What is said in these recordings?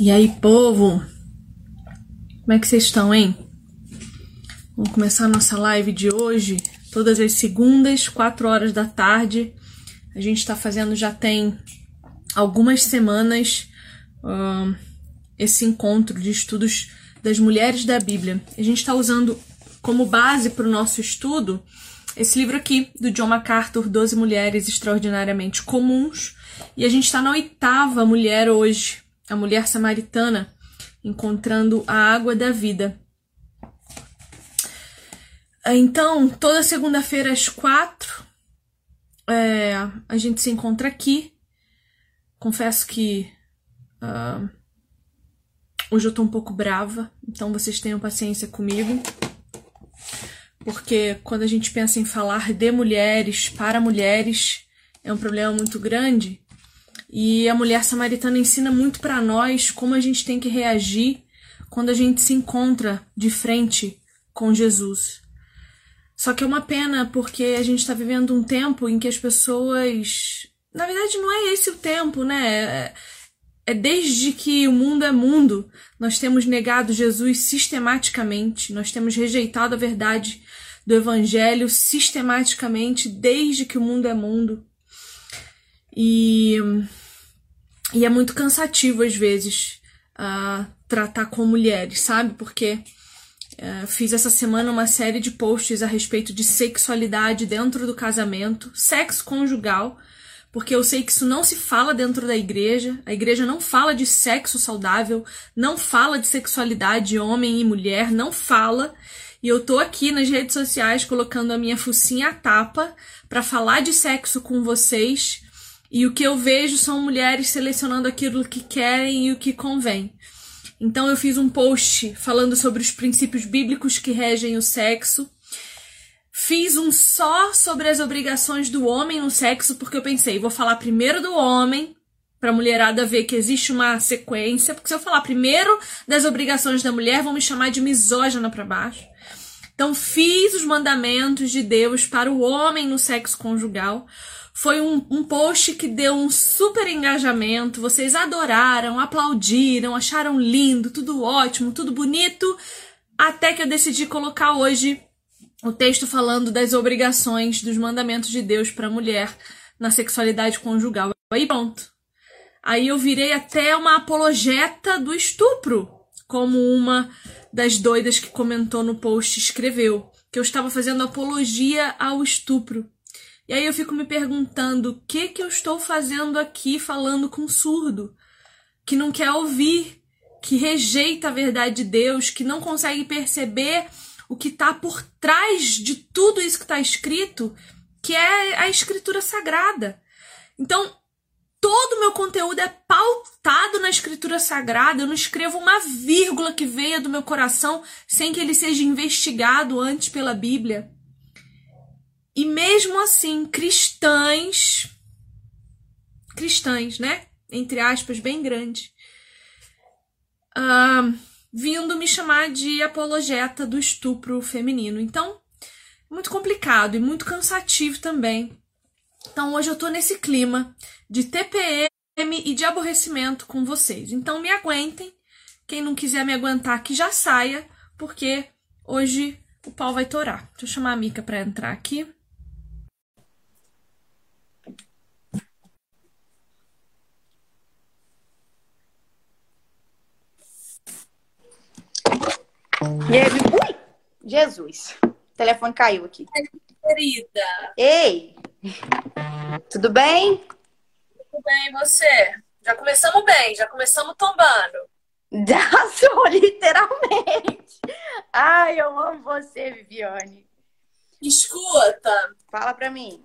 E aí, povo? Como é que vocês estão, hein? Vamos começar a nossa live de hoje, todas as segundas, 4 horas da tarde. A gente está fazendo, já tem algumas semanas, esse encontro de estudos das mulheres da Bíblia. A gente está usando como base para o nosso estudo esse livro aqui, do John MacArthur, 12 Mulheres Extraordinariamente Comuns. E a gente está na 8ª mulher hoje, a mulher samaritana, encontrando a água da vida. Então, toda segunda-feira às 4, a gente se encontra aqui. Confesso que hoje eu tô um pouco brava, então vocês tenham paciência comigo. Porque quando a gente pensa em falar de mulheres, para mulheres, é um problema muito grande. E a mulher samaritana ensina muito para nós como a gente tem que reagir quando a gente se encontra de frente com Jesus. Só que é uma pena porque a gente está vivendo um tempo em que as pessoas... Na verdade, não é esse o tempo, né? É desde que o mundo é mundo, nós temos negado Jesus sistematicamente, nós temos rejeitado a verdade do Evangelho sistematicamente desde que o mundo é mundo. E é muito cansativo, às vezes, tratar com mulheres, sabe? Porque fiz essa semana uma série de posts a respeito de sexualidade dentro do casamento, sexo conjugal, porque eu sei que isso não se fala dentro da igreja. A igreja não fala de sexo saudável, não fala de sexualidade homem e mulher, não fala. E eu tô aqui nas redes sociais colocando a minha focinha à tapa para falar de sexo com vocês. E o que eu vejo são mulheres selecionando aquilo que querem e o que convém. Então eu fiz um post falando sobre os princípios bíblicos que regem o sexo. Fiz um só sobre as obrigações do homem no sexo, porque eu pensei, vou falar primeiro do homem, pra mulherada ver que existe uma sequência, porque se eu falar primeiro das obrigações da mulher, vão me chamar de misógina pra baixo. Então fiz os mandamentos de Deus para o homem no sexo conjugal. Foi um post que deu um super engajamento, vocês adoraram, aplaudiram, acharam lindo, tudo ótimo, tudo bonito, até que eu decidi colocar hoje o texto falando das obrigações, dos mandamentos de Deus para a mulher na sexualidade conjugal. Aí pronto. Aí eu virei até uma apologeta do estupro, como uma das doidas que comentou no post escreveu, que eu estava fazendo apologia ao estupro. E aí eu fico me perguntando o que eu estou fazendo aqui falando com surdo, que não quer ouvir, que rejeita a verdade de Deus, que não consegue perceber o que está por trás de tudo isso que está escrito, que é a Escritura Sagrada. Então, todo o meu conteúdo é pautado na Escritura Sagrada. Eu não escrevo uma vírgula que venha do meu coração sem que ele seja investigado antes pela Bíblia. E mesmo assim, cristãs, né? Entre aspas, bem grande, vindo me chamar de apologeta do estupro feminino. Então, muito complicado e muito cansativo também. Então, hoje eu tô nesse clima de TPM e de aborrecimento com vocês. Então, me aguentem. Quem não quiser me aguentar, que já saia, porque hoje o pau vai torar. Deixa eu chamar a Mica para entrar aqui. E aí, ui! Jesus! O telefone caiu aqui. Querida! Ei! Tudo bem? Tudo bem, e você? Já começamos bem, já começamos tombando. Literalmente! Ai, eu amo você, Viviane. Escuta! Fala pra mim.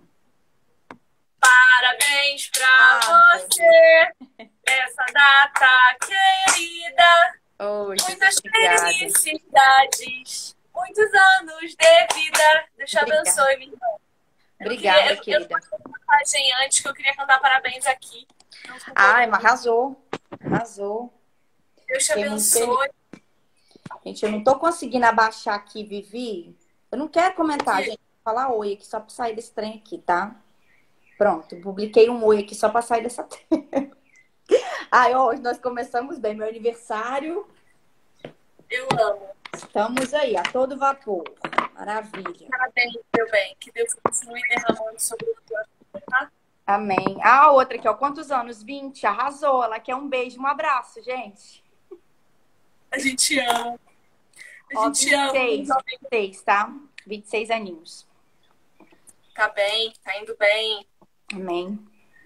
Parabéns pra você nessa data querida. Muitas felicidades, muitos anos de vida. Deus te abençoe, minha irmã. Obrigada, querida. Eu não passei antes que eu queria cantar parabéns aqui. Ai, mas arrasou. Arrasou. Deus te abençoe. Gente, eu não tô conseguindo abaixar aqui, Vivi. Eu não quero comentar, gente. Vou falar oi aqui só pra sair desse trem aqui, tá? Pronto, publiquei um oi aqui só pra sair dessa tela. Ai, hoje nós começamos bem. Meu aniversário, Eu amo. estamos aí, a todo vapor. Maravilha. Parabéns, meu bem. Que Deus continue derramando sobre a tua vida, tá? Amém. Ah, a outra aqui, ó. Quantos anos? 20. Arrasou. Ela quer um beijo, um abraço, gente. A gente ama. A Ó, gente ama. 26, tá? 26 aninhos. Tá bem, tá indo bem. Amém.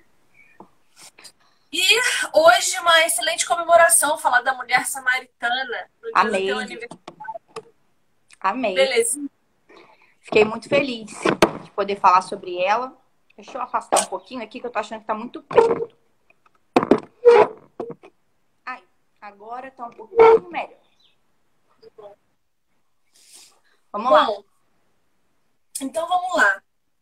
E hoje uma excelente comemoração, falar da mulher samaritana no dia Amei. do teu aniversário. Amei. Beleza. Fiquei muito feliz de poder falar sobre ela. Deixa eu afastar um pouquinho aqui, que eu tô achando que tá muito perto. Ai, agora tá um pouquinho melhor. Vamos lá. Bom, então vamos lá.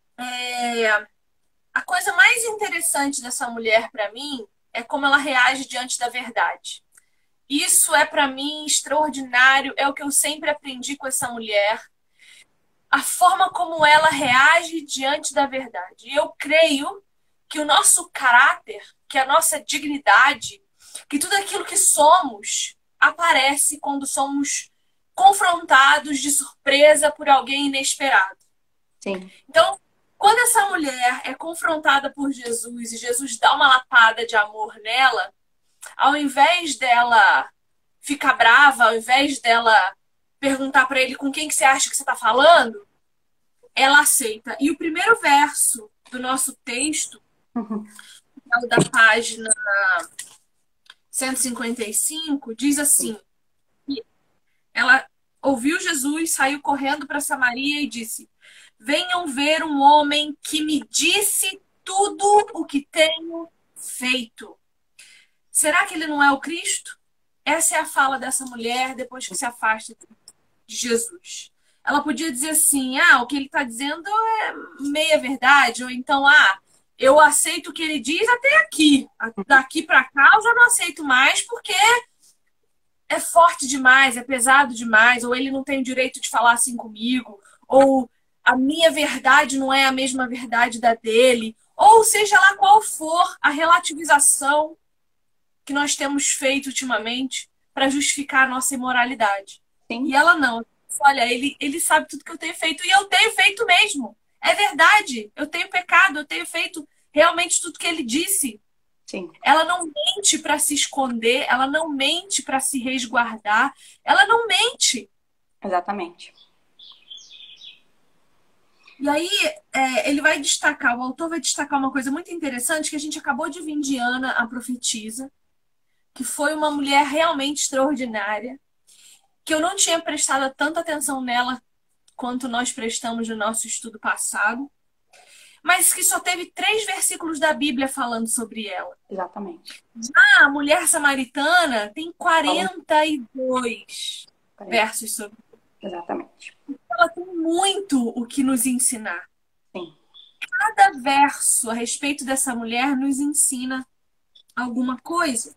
A coisa mais interessante dessa mulher para mim é como ela reage diante da verdade. Isso é para mim extraordinário, é o que eu sempre aprendi com essa mulher. A forma como ela reage diante da verdade. E eu creio que o nosso caráter, que a nossa dignidade, que tudo aquilo que somos aparece quando somos confrontados de surpresa por alguém inesperado. Sim. Então, quando essa mulher é confrontada por Jesus e Jesus dá uma lapada de amor nela, ao invés dela ficar brava, ao invés dela perguntar para ele com quem que você acha que você está falando, ela aceita. E o primeiro verso do nosso texto, da página 155, diz assim: ela ouviu Jesus, saiu correndo para Samaria e disse: venham ver um homem que me disse tudo o que tenho feito. Será que ele não é o Cristo? Essa é a fala dessa mulher depois que se afasta de Jesus. Ela podia dizer assim: o que ele está dizendo é meia verdade, ou então, eu aceito o que ele diz até aqui. Daqui para cá eu já não aceito mais porque é forte demais, é pesado demais, ou ele não tem o direito de falar assim comigo, ou a minha verdade não é a mesma verdade da dele, ou seja lá qual for a relativização que nós temos feito ultimamente para justificar a nossa imoralidade. Sim. E ela não. Olha, ele sabe tudo que eu tenho feito, e eu tenho feito mesmo. É verdade, eu tenho pecado, eu tenho feito realmente tudo que ele disse. Sim. Ela não mente para se esconder, ela não mente para se resguardar, ela não mente. Exatamente. E aí, o autor vai destacar uma coisa muito interessante que a gente acabou de vir de Ana, a profetisa, que foi uma mulher realmente extraordinária, que eu não tinha prestado tanta atenção nela quanto nós prestamos no nosso estudo passado, mas que só teve 3 versículos da Bíblia falando sobre ela. Exatamente. Já a mulher samaritana tem 42 versos sobre ela. Exatamente. Ela tem muito o que nos ensinar. Sim. Cada verso a respeito dessa mulher nos ensina alguma coisa.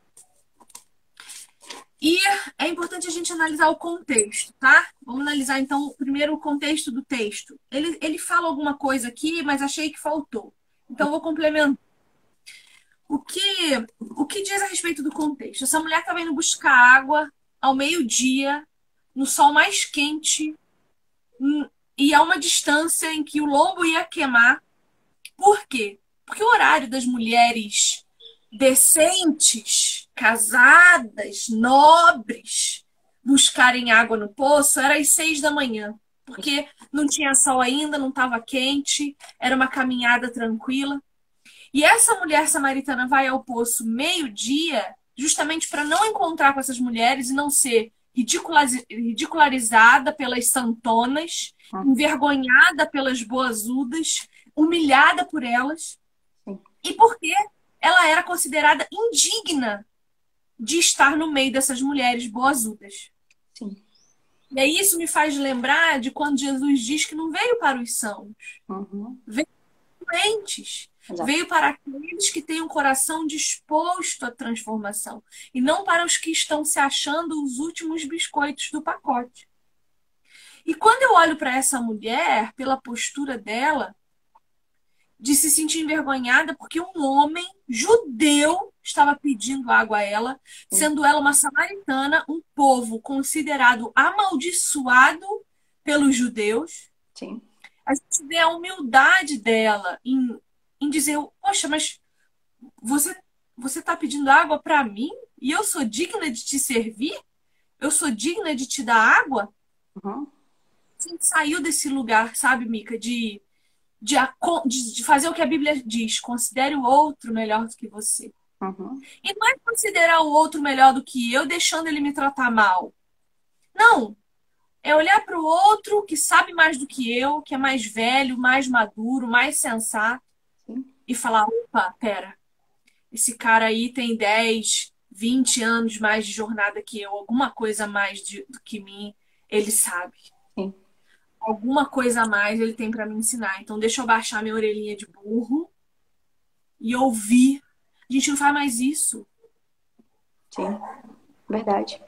E é importante a gente analisar o contexto, tá? Vamos analisar, então, primeiro o contexto do texto. Ele fala alguma coisa aqui, mas achei que faltou. Então, vou complementar. O que diz a respeito do contexto? Essa mulher estava indo buscar água ao meio-dia, no sol mais quente, e a uma distância em que o lombo ia queimar. Por quê? Porque o horário das mulheres decentes, casadas, nobres, buscarem água no poço era às 6 da manhã. Porque não tinha sol ainda, não estava quente, era uma caminhada tranquila. E essa mulher samaritana vai ao poço meio-dia, justamente para não encontrar com essas mulheres e não ser ridicularizada pelas santonas, envergonhada pelas boazudas, humilhada por elas. E porque ela era considerada indigna de estar no meio dessas mulheres boazudas. Sim. E aí isso me faz lembrar de quando Jesus diz que não veio para os sãos, veio para os doentes. Exato. Veio para aqueles que têm um coração disposto à transformação e não para os que estão se achando os últimos biscoitos do pacote. E quando eu olho para essa mulher, pela postura dela, de se sentir envergonhada porque um homem judeu estava pedindo água a ela, sim, sendo ela uma samaritana, um povo considerado amaldiçoado pelos judeus. sim, A gente vê a humildade dela em dizer: poxa, mas você você está pedindo água para mim e eu sou digna de te servir? Eu sou digna de te dar água? uhum, A gente saiu desse lugar, sabe, Mica, de fazer o que a Bíblia diz: considere o outro melhor do que você. uhum, E não é considerar o outro melhor do que eu, deixando ele me tratar mal. Não. É olhar para o outro que sabe mais do que eu, que é mais velho, mais maduro, mais sensato, sim, e falar: opa, pera, esse cara aí tem 10, 20 anos mais de jornada que eu, alguma coisa mais do que mim, ele sabe. sim, Alguma coisa a mais ele tem para me ensinar. Então deixa eu baixar minha orelhinha de burro e ouvir. A gente não faz mais isso. sim, verdade.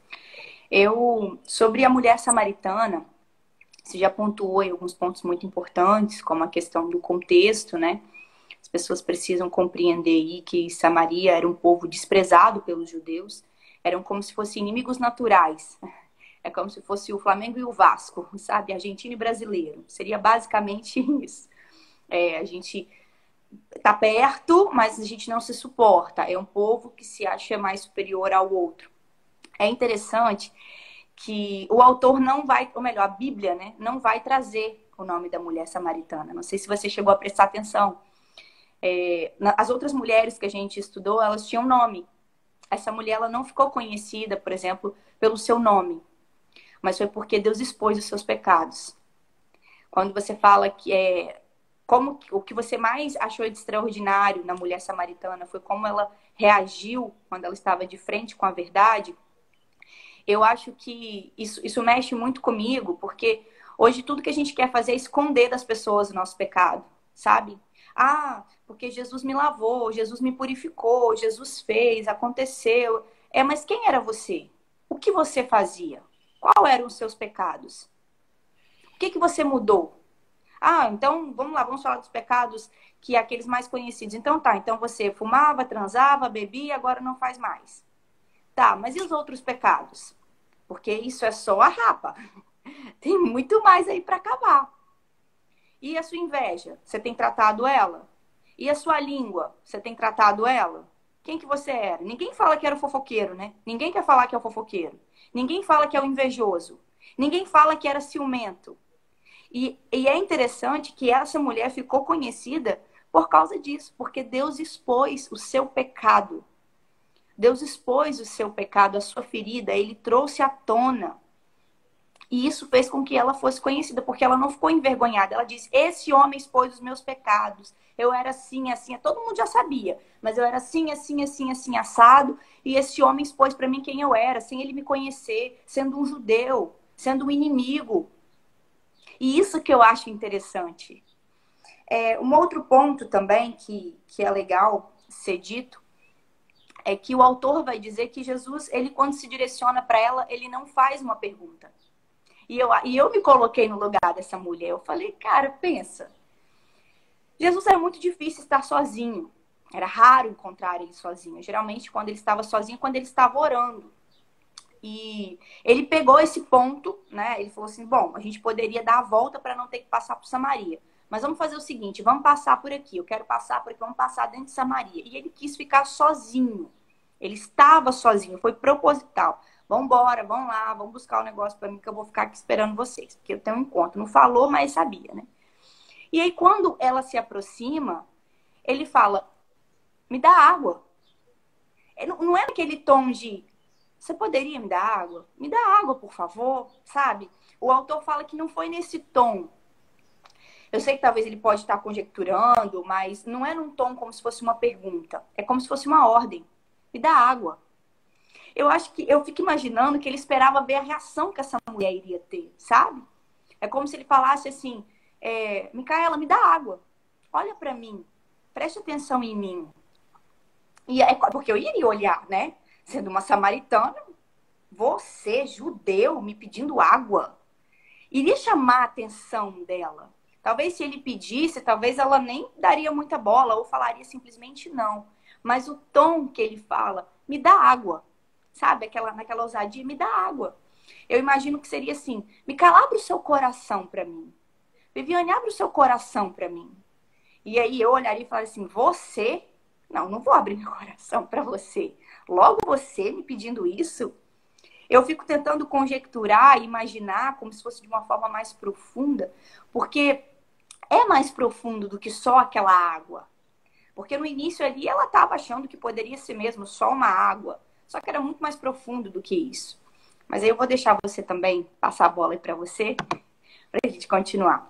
Sobre a mulher samaritana, você já pontuou aí alguns pontos muito importantes, como a questão do contexto, né? As pessoas precisam compreender aí que Samaria era um povo desprezado pelos judeus, eram como se fossem inimigos naturais. É como se fosse o Flamengo e o Vasco, sabe? Argentino e brasileiro. Seria basicamente isso. A gente tá perto, mas a gente não se suporta. É um povo que se acha mais superior ao outro. É interessante que o autor não vai, ou melhor, a Bíblia, né, não vai trazer o nome da mulher samaritana. Não sei se você chegou a prestar atenção. As outras mulheres que a gente estudou, elas tinham nome. Essa mulher, ela não ficou conhecida, por exemplo, pelo seu nome, mas foi porque Deus expôs os seus pecados. Quando você fala que o que você mais achou de extraordinário na mulher samaritana foi como ela reagiu quando ela estava de frente com a verdade. Eu acho que isso mexe muito comigo, porque hoje tudo que a gente quer fazer é esconder das pessoas o nosso pecado, sabe? Ah, porque Jesus me lavou, Jesus me purificou, Jesus fez, aconteceu. Mas quem era você? O que você fazia? Qual eram os seus pecados? O que você mudou? Ah, então vamos lá, vamos falar dos pecados que aqueles mais conhecidos. Então tá, então você fumava, transava, bebia, agora não faz mais. Tá, mas e os outros pecados? Porque isso é só a rapa. Tem muito mais aí para acabar. E a sua inveja? Você tem tratado ela? E a sua língua? Você tem tratado ela? Quem que você era? Ninguém fala que era o fofoqueiro, né? Ninguém quer falar que é o fofoqueiro. Ninguém fala que é o invejoso. Ninguém fala que era ciumento. E é interessante que essa mulher ficou conhecida por causa disso, porque Deus expôs o seu pecado. Deus expôs o seu pecado, a sua ferida, ele trouxe à tona. E isso fez com que ela fosse conhecida, porque ela não ficou envergonhada. Ela disse: esse homem expôs os meus pecados. Eu era assim, assim. Todo mundo já sabia, mas eu era assim, assim, assim, assim, assado. E esse homem expôs para mim quem eu era, sem ele me conhecer, sendo um judeu, sendo um inimigo. E isso que eu acho interessante. Um outro ponto também que é legal ser dito é que o autor vai dizer que Jesus, ele quando se direciona para ela, ele não faz uma pergunta. E eu me coloquei no lugar dessa mulher. Eu falei, cara, pensa. Jesus era muito difícil estar sozinho. Era raro encontrar ele sozinho. Geralmente, quando ele estava sozinho, quando ele estava orando. E ele pegou esse ponto, né? Ele falou assim: bom, a gente poderia dar a volta para não ter que passar por Samaria. Mas vamos fazer o seguinte: vamos passar por aqui. Eu quero passar por aqui, vamos passar dentro de Samaria. E ele quis ficar sozinho. Ele estava sozinho, foi proposital. Vamos embora, vamos lá, vamos buscar o negócio para mim que eu vou ficar aqui esperando vocês, porque eu tenho um encontro. Não falou, mas sabia, né? E aí, quando ela se aproxima, ele fala: me dá água. Não é aquele tom de: você poderia me dar água? Me dá água, por favor, sabe? O autor fala que não foi nesse tom. Eu sei que talvez ele pode estar conjecturando, mas não é num tom como se fosse uma pergunta. É como se fosse uma ordem. Me dá água. Eu acho que eu fico imaginando que ele esperava ver a reação que essa mulher iria ter, sabe? É como se ele falasse assim: Micaela, me dá água. Olha para mim. Preste atenção em mim. E é porque eu iria olhar, né? Sendo uma samaritana, você, judeu, me pedindo água. Iria chamar a atenção dela. Talvez se ele pedisse, talvez ela nem daria muita bola ou falaria simplesmente não. Mas o tom que ele fala, me dá água, sabe? Naquela ousadia, me dá água. Eu imagino que seria assim, Micaela, abre o seu coração para mim. Viviane, abre o seu coração para mim. E aí eu olharia e falaria assim, você? Não vou abrir meu coração para você. Logo você me pedindo isso? Eu fico tentando conjecturar e imaginar como se fosse de uma forma mais profunda, porque é mais profundo do que só aquela água. Porque no início ali ela estava achando que poderia ser mesmo só uma água. Só que era muito mais profundo do que isso. Mas aí eu vou deixar você também passar a bola aí para você, para a gente continuar.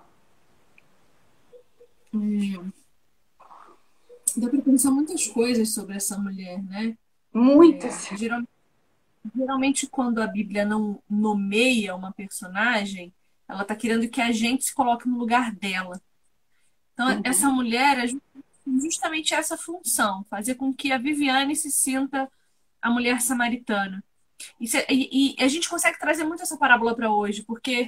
Dá para pensar muitas coisas sobre essa mulher, né? Muitas. Geralmente, quando a Bíblia não nomeia uma personagem, ela está querendo que a gente se coloque no lugar dela. Então, essa mulher é justamente essa função, fazer com que a Viviane se sinta a mulher samaritana. E a gente consegue trazer muito essa parábola para hoje, porque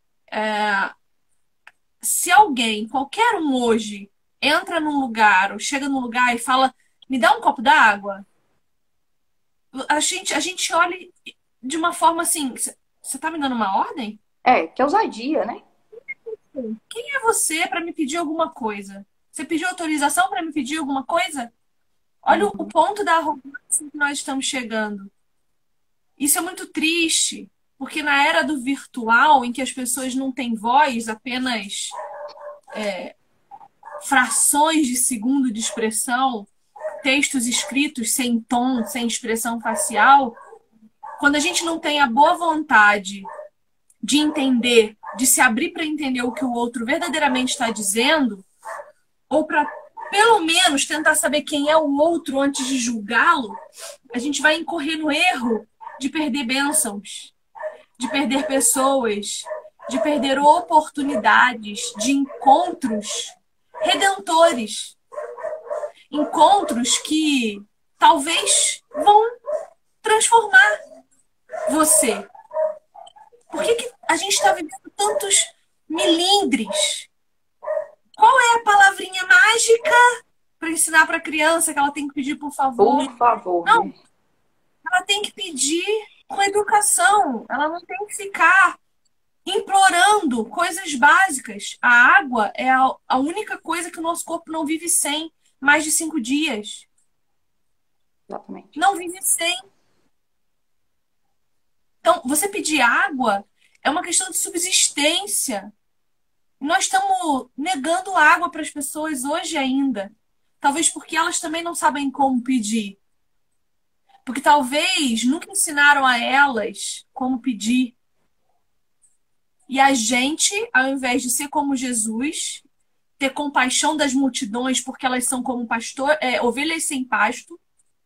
se alguém, qualquer um hoje, entra num lugar ou chega num lugar e fala, me dá um copo d'água, a gente olha de uma forma assim, você tá me dando uma ordem? Que é ousadia, né? Quem é você para me pedir alguma coisa? Você pediu autorização para me pedir alguma coisa? Olha o ponto da arrogância que nós estamos chegando. Isso é muito triste, porque na era do virtual, em que as pessoas não têm voz, apenas frações de segundo de expressão, textos escritos sem tom, sem expressão facial, quando a gente não tem a boa vontade de entender, de se abrir para entender o que o outro verdadeiramente está dizendo, ou para pelo menos tentar saber quem é o outro antes de julgá-lo, a gente vai incorrer no erro de perder bênçãos, de perder pessoas, de perder oportunidades de encontros redentores. Encontros que talvez vão transformar você. Por que a gente está vivendo tantos milindres? Qual é a palavrinha mágica para ensinar para a criança que ela tem que pedir por favor? Por favor. Não, ela tem que pedir com educação. Ela não tem que ficar implorando coisas básicas. A água é a única coisa que o nosso corpo não vive sem mais de 5 dias. Exatamente. Não vive sem. Então, você pedir água é uma questão de subsistência. Nós estamos negando água para as pessoas hoje ainda. Talvez porque elas também não sabem como pedir. Porque talvez nunca ensinaram a elas como pedir. E a gente, ao invés de ser como Jesus, ter compaixão das multidões porque elas são como ovelhas sem pasto,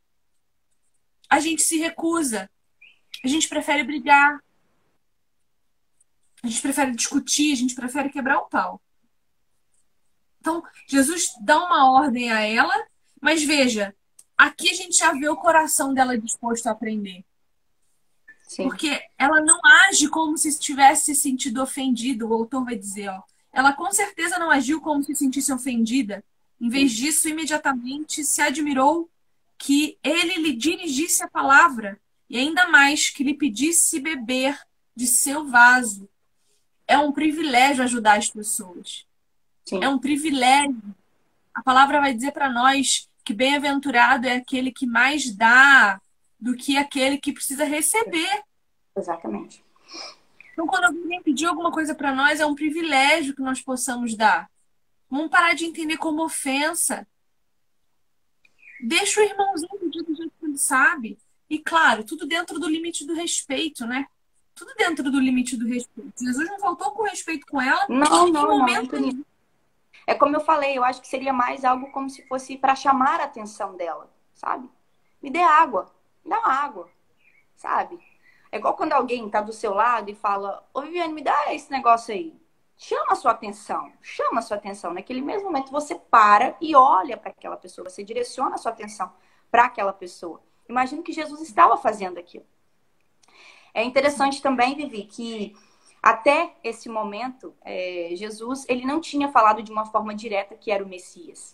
a gente se recusa. A gente prefere brigar. A gente prefere discutir, a gente prefere quebrar o pau. Então, Jesus dá uma ordem a ela, mas veja, aqui a gente já vê o coração dela disposto a aprender. Sim. Porque ela não age como se tivesse se sentido ofendida, o autor vai dizer, ó. Ela com certeza não agiu como se sentisse ofendida. Em vez disso, imediatamente se admirou que ele lhe dirigisse a palavra e ainda mais que lhe pedisse beber de seu vaso. É um privilégio ajudar as pessoas. Sim. É um privilégio. A palavra vai dizer para nós que bem-aventurado é aquele que mais dá do que aquele que precisa receber. Exatamente. Então, quando alguém pedir alguma coisa para nós, é um privilégio que nós possamos dar. Vamos parar de entender como ofensa. Deixa o irmãozinho pedir do jeito que ele sabe. E, claro, tudo dentro do limite do respeito, né? Tudo dentro do limite do respeito. Jesus não faltou com respeito com ela. Não. É como eu falei, eu acho que seria mais algo como se fosse para chamar a atenção dela, sabe? Me dê água, me dá uma água, sabe? É igual quando alguém tá do seu lado e fala, ô Viviane, me dá esse negócio aí. Chama a sua atenção. Naquele mesmo momento você para e olha para aquela pessoa, você direciona a sua atenção para aquela pessoa. Imagino que Jesus estava fazendo aquilo. É interessante também, Vivi, que Até esse momento, Jesus ele não tinha falado de uma forma direta que era o Messias.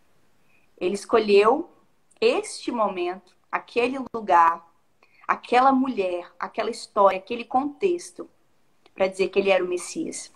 Ele escolheu este momento, aquele lugar, aquela mulher, aquela história, aquele contexto, para dizer que ele era o Messias.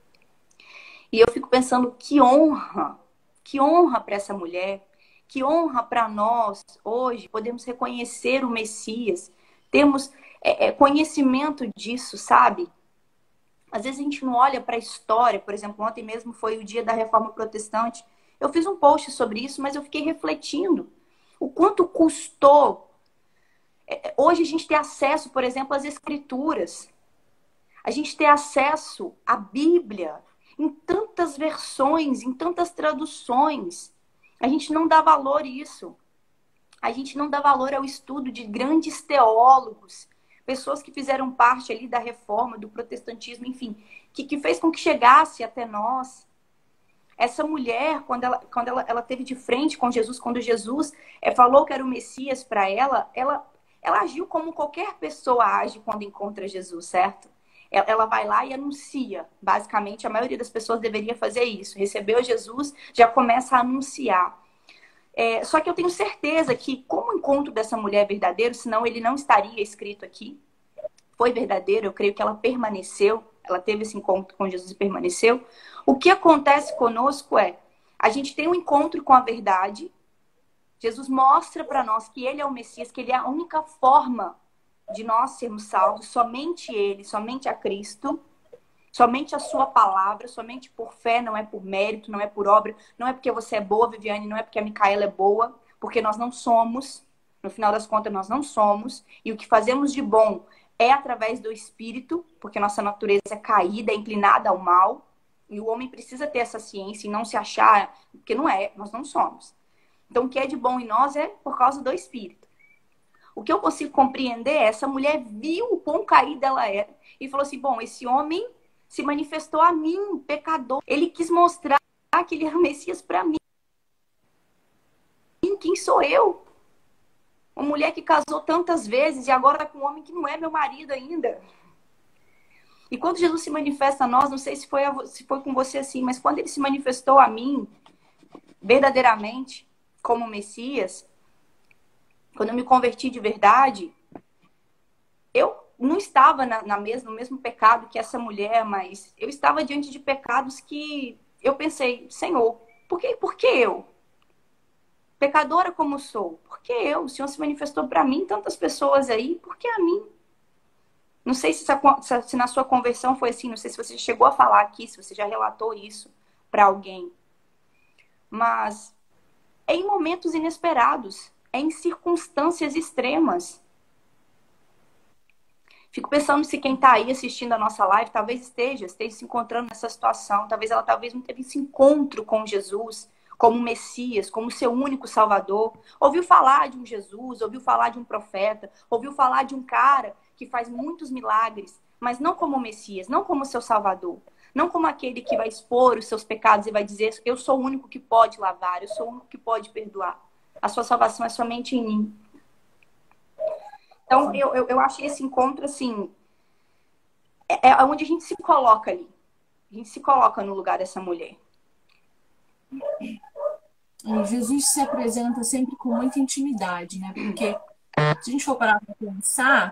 E eu fico pensando que honra para essa mulher, que honra para nós hoje, podemos reconhecer o Messias, temos conhecimento disso, sabe? Às vezes a gente não olha para a história, por exemplo, ontem mesmo foi o dia da Reforma Protestante. Eu fiz um post sobre isso, mas eu fiquei refletindo o quanto custou. Hoje a gente tem acesso, por exemplo, às Escrituras. A gente tem acesso à Bíblia em tantas versões, em tantas traduções. A gente não dá valor a isso. A gente não dá valor ao estudo de grandes teólogos, pessoas que fizeram parte ali da reforma, do protestantismo, enfim, que fez com que chegasse até nós. Essa mulher, quando ela teve de frente com Jesus, quando Jesus falou que era o Messias para ela agiu como qualquer pessoa age quando encontra Jesus, certo? Ela vai lá e anuncia. Basicamente, a maioria das pessoas deveria fazer isso. Recebeu Jesus, já começa a anunciar. Só que eu tenho certeza que, como o encontro dessa mulher é verdadeiro, senão ele não estaria escrito aqui, foi verdadeiro, eu creio que ela permaneceu, ela teve esse encontro com Jesus e permaneceu. O que acontece conosco a gente tem um encontro com a verdade, Jesus mostra para nós que ele é o Messias, que ele é a única forma de nós sermos salvos, somente ele, somente a Cristo, somente a sua palavra, somente por fé, não é por mérito, não é por obra, não é porque você é boa, Viviane, não é porque a Micaela é boa, porque nós não somos, no final das contas nós não somos, e o que fazemos de bom é através do Espírito, porque nossa natureza é caída, é inclinada ao mal, e o homem precisa ter essa ciência e não se achar, porque não é, nós não somos. Então o que é de bom em nós é por causa do Espírito. O que eu consigo compreender essa mulher viu o quão caída ela era, e falou assim, bom, esse homem se manifestou a mim, pecador. Ele quis mostrar que ele era o Messias para mim. Quem sou eu? Uma mulher que casou tantas vezes e agora está com um homem que não é meu marido ainda. E quando Jesus se manifesta a nós, não sei se foi com você assim, mas quando ele se manifestou a mim, verdadeiramente, como Messias, quando eu me converti de verdade, eu não estava no mesmo pecado que essa mulher, mas eu estava diante de pecados que eu pensei, Senhor, por que eu? Pecadora como sou, por que eu? O Senhor se manifestou para mim, tantas pessoas aí, por que a mim? Não sei se na sua conversão foi assim, não sei se você chegou a falar aqui, se você já relatou isso para alguém. Mas é em momentos inesperados, é em circunstâncias extremas. Fico pensando se quem está aí assistindo a nossa live talvez esteja se encontrando nessa situação. Talvez não teve esse encontro com Jesus, como Messias, como seu único Salvador. Ouviu falar de um Jesus, ouviu falar de um profeta, ouviu falar de um cara que faz muitos milagres, mas não como Messias, não como seu Salvador. Não como aquele que vai expor os seus pecados e vai dizer, eu sou o único que pode lavar, eu sou o único que pode perdoar. A sua salvação é somente em mim. Então, eu acho esse encontro, assim, é onde a gente se coloca ali. A gente se coloca no lugar dessa mulher. Jesus se apresenta sempre com muita intimidade, né? Porque se a gente for parar para pensar,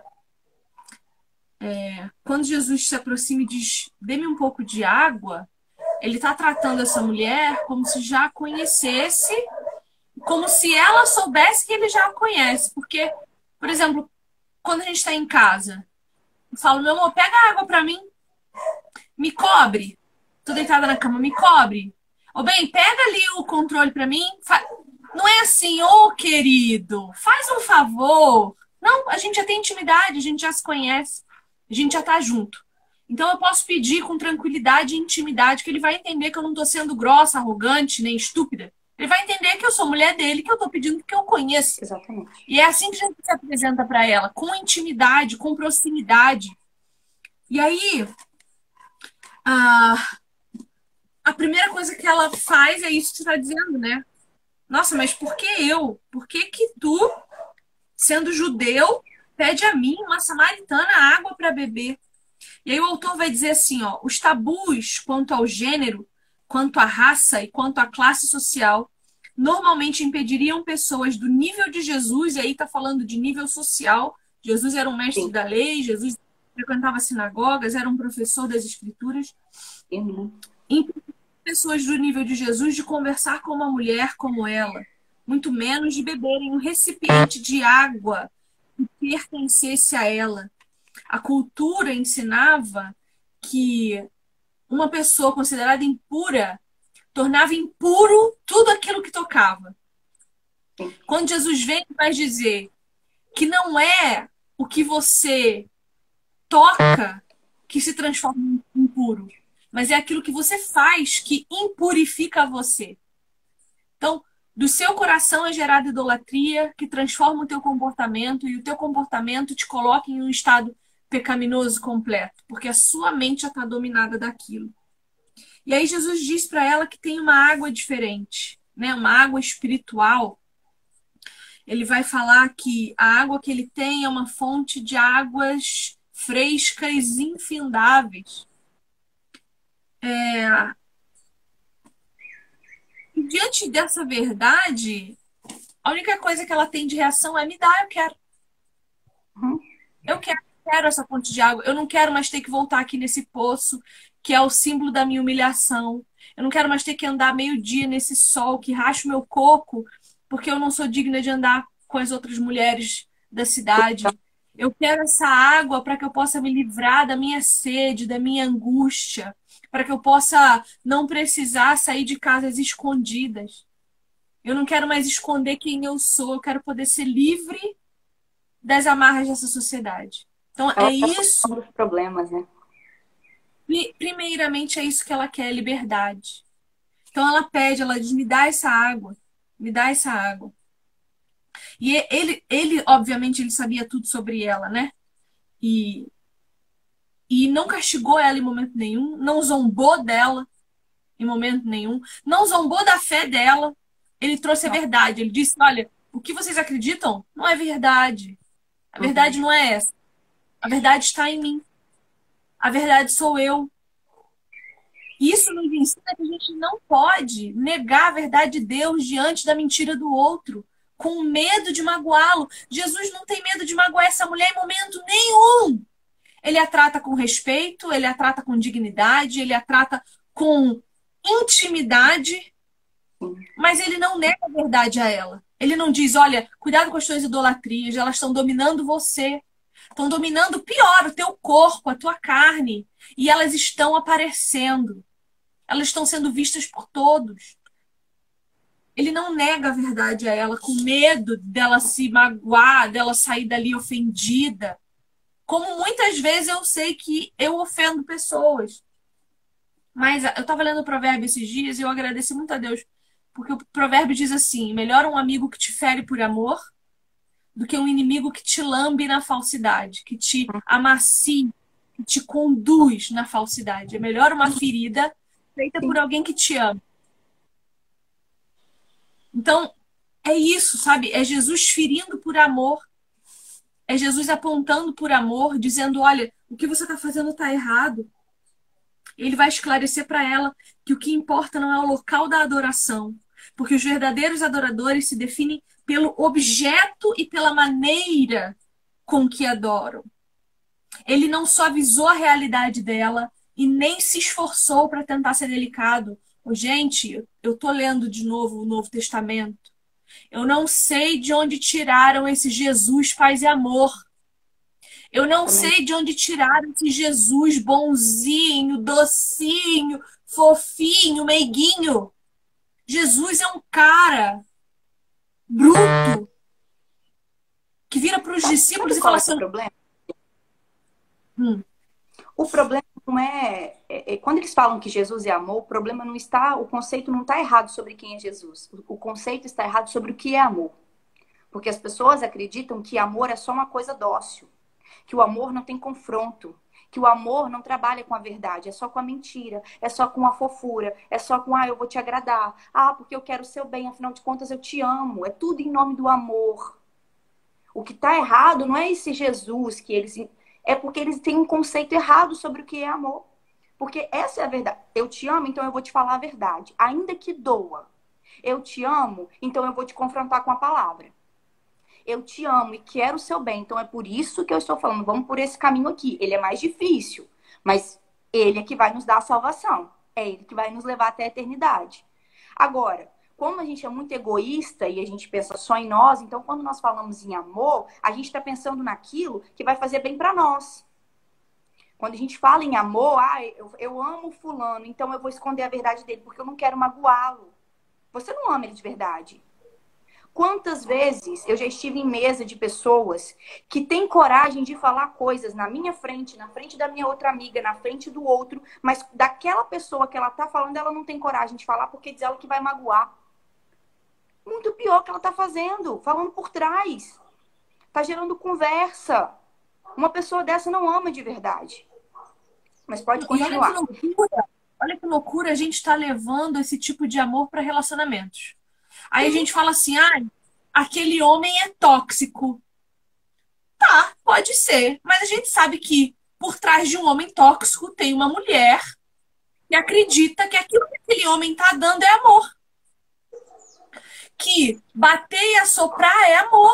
quando Jesus se aproxima e diz, dê-me um pouco de água, ele está tratando essa mulher como se já a conhecesse, como se ela soubesse que ele já a conhece. Porque, por exemplo, quando a gente está em casa, eu falo, meu amor, pega água para mim, me cobre. Tô deitada na cama, me cobre. Ô, bem, pega ali o controle para mim. Não é assim, ô, querido, faz um favor. Não, a gente já tem intimidade, a gente já se conhece, a gente já tá junto. Então eu posso pedir com tranquilidade e intimidade, que ele vai entender que eu não tô sendo grossa, arrogante, nem estúpida. Ele vai entender que eu sou mulher dele, que eu tô pedindo porque eu conheço. Exatamente. E é assim que a gente se apresenta para ela, com intimidade, com proximidade. E aí, a primeira coisa que ela faz é isso que você está dizendo, né? Nossa, mas por que eu? Por que que tu, sendo judeu, pede a mim, uma samaritana, água para beber? E aí o autor vai dizer assim, ó, os tabus quanto ao gênero, quanto à raça e quanto à classe social normalmente impediriam pessoas do nível de Jesus, e aí está falando de nível social. Jesus era um mestre Sim. da lei, Jesus frequentava sinagogas, era um professor das escrituras. Uhum. Impediria pessoas do nível de Jesus de conversar com uma mulher como ela, muito menos de beberem um recipiente de água que pertencesse a ela. A cultura ensinava que uma pessoa considerada impura tornava impuro tudo aquilo que tocava. Sim. Quando Jesus vem, ele vai dizer que não é o que você toca que se transforma em impuro, mas é aquilo que você faz que impurifica você. Então, do seu coração é gerada idolatria que transforma o teu comportamento, e o teu comportamento te coloca em um estado pecaminoso completo, porque a sua mente já está dominada daquilo. E aí Jesus diz para ela que tem uma água diferente, né? Uma água espiritual. Ele vai falar que a água que ele tem é uma fonte de águas frescas infindáveis. E diante dessa verdade, a única coisa que ela tem de reação é me dá, eu quero. Uhum. Eu quero essa fonte de água. Eu não quero mais ter que voltar aqui nesse poço, que é o símbolo da minha humilhação. Eu não quero mais ter que andar meio-dia nesse sol que racha o meu coco, porque eu não sou digna de andar com as outras mulheres da cidade. Eu quero essa água para que eu possa me livrar da minha sede, da minha angústia, para que eu possa não precisar sair de casas escondidas. Eu não quero mais esconder quem eu sou, eu quero poder ser livre das amarras dessa sociedade. Então, é Ela está isso. fugindo dos problemas, né? Primeiramente, é isso que ela quer, liberdade. Então, ela pede, ela diz, me dá essa água. Me dá essa água. E ele obviamente, ele sabia tudo sobre ela, né? E, e não castigou ela em momento nenhum, não zombou dela em momento nenhum, não zombou da fé dela. Ele trouxe a Não. verdade. Ele disse, olha, o que vocês acreditam não é verdade. A verdade Uhum. não é essa. A verdade está em mim. A verdade sou eu. Isso nos ensina que a gente não pode negar a verdade de Deus diante da mentira do outro, com medo de magoá-lo. Jesus não tem medo de magoar essa mulher em momento nenhum. Ele a trata com respeito, ele a trata com dignidade, ele a trata com intimidade, mas ele não nega a verdade a ela. Ele não diz, olha, cuidado com as suas idolatrias, elas estão dominando você. Estão dominando, pior, o teu corpo, a tua carne. E elas estão aparecendo. Elas estão sendo vistas por todos. Ele não nega a verdade a ela com medo dela se magoar, dela sair dali ofendida. Como muitas vezes eu sei que eu ofendo pessoas. Mas eu estava lendo o provérbio esses dias e eu agradeci muito a Deus. Porque o provérbio diz assim, melhor um amigo que te fere por amor do que um inimigo que te lambe na falsidade, que te amacia, que te conduz na falsidade. É melhor uma ferida feita por Sim. alguém que te ama. Então, é isso, sabe? É Jesus ferindo por amor. É Jesus apontando por amor, dizendo, olha, o que você está fazendo está errado. Ele vai esclarecer para ela que o que importa não é o local da adoração, porque os verdadeiros adoradores se definem pelo objeto e pela maneira com que adoram. Ele não suavizou a realidade dela e nem se esforçou para tentar ser delicado. Gente, eu estou lendo de novo o Novo Testamento. Eu não sei de onde tiraram esse Jesus paz e amor. Eu não Também. sei de onde tiraram esse Jesus bonzinho, docinho, fofinho, meiguinho. Jesus é um cara bruto que vira para os discípulos Sabe e qual fala é o assim: problema? hum, O problema não quando eles falam que Jesus é amor, o problema não está, o conceito não está errado sobre quem é Jesus. O conceito está errado sobre o que é amor. Porque as pessoas acreditam que amor é só uma coisa dócil, que o amor não tem confronto, que o amor não trabalha com a verdade, é só com a mentira, é só com a fofura, é só com, eu vou te agradar, porque eu quero o seu bem, afinal de contas eu te amo, é tudo em nome do amor. O que está errado não é esse Jesus que eles... é porque eles têm um conceito errado sobre o que é amor. Porque essa é a verdade. Eu te amo, então eu vou te falar a verdade. Ainda que doa. Eu te amo, então eu vou te confrontar com a palavra. Eu te amo e quero o seu bem, então é por isso que eu estou falando, vamos por esse caminho aqui. Ele é mais difícil, mas ele é que vai nos dar a salvação. É ele que vai nos levar até a eternidade. Agora, como a gente é muito egoísta e a gente pensa só em nós, então quando nós falamos em amor, a gente está pensando naquilo que vai fazer bem para nós. Quando a gente fala em amor, eu amo fulano, então eu vou esconder a verdade dele porque eu não quero magoá-lo. Você não ama ele de verdade. Quantas vezes eu já estive em mesa de pessoas que têm coragem de falar coisas na minha frente, na frente da minha outra amiga, na frente do outro, mas daquela pessoa que ela tá falando, ela não tem coragem de falar porque diz ela que vai magoar. Muito pior que ela tá fazendo, falando por trás. Tá gerando conversa. Uma pessoa dessa não ama de verdade. Mas pode continuar. Olha que loucura a gente está levando esse tipo de amor para relacionamentos. Aí a gente fala assim, aquele homem é tóxico. Tá, pode ser. Mas a gente sabe que por trás de um homem tóxico tem uma mulher que acredita que aquilo que aquele homem tá dando é amor. Que bater e assoprar é amor.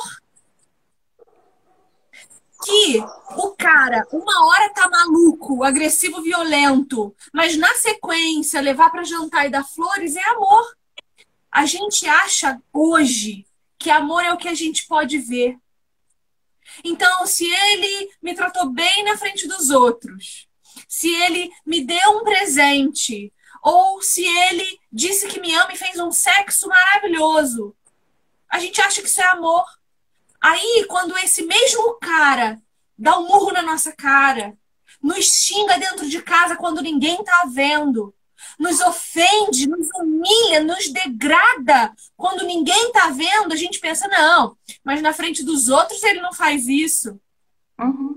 Que o cara, uma hora tá maluco, agressivo, violento, mas na sequência levar para jantar e dar flores é amor. A gente acha hoje que amor é o que a gente pode ver. Então, se ele me tratou bem na frente dos outros, se ele me deu um presente, ou se ele disse que me ama e fez um sexo maravilhoso, a gente acha que isso é amor. Aí, quando esse mesmo cara dá um murro na nossa cara, nos xinga dentro de casa quando ninguém tá vendo, nos ofende, nos humilha, nos degrada quando ninguém tá vendo, a gente pensa, não, mas na frente dos outros ele não faz isso. Uhum.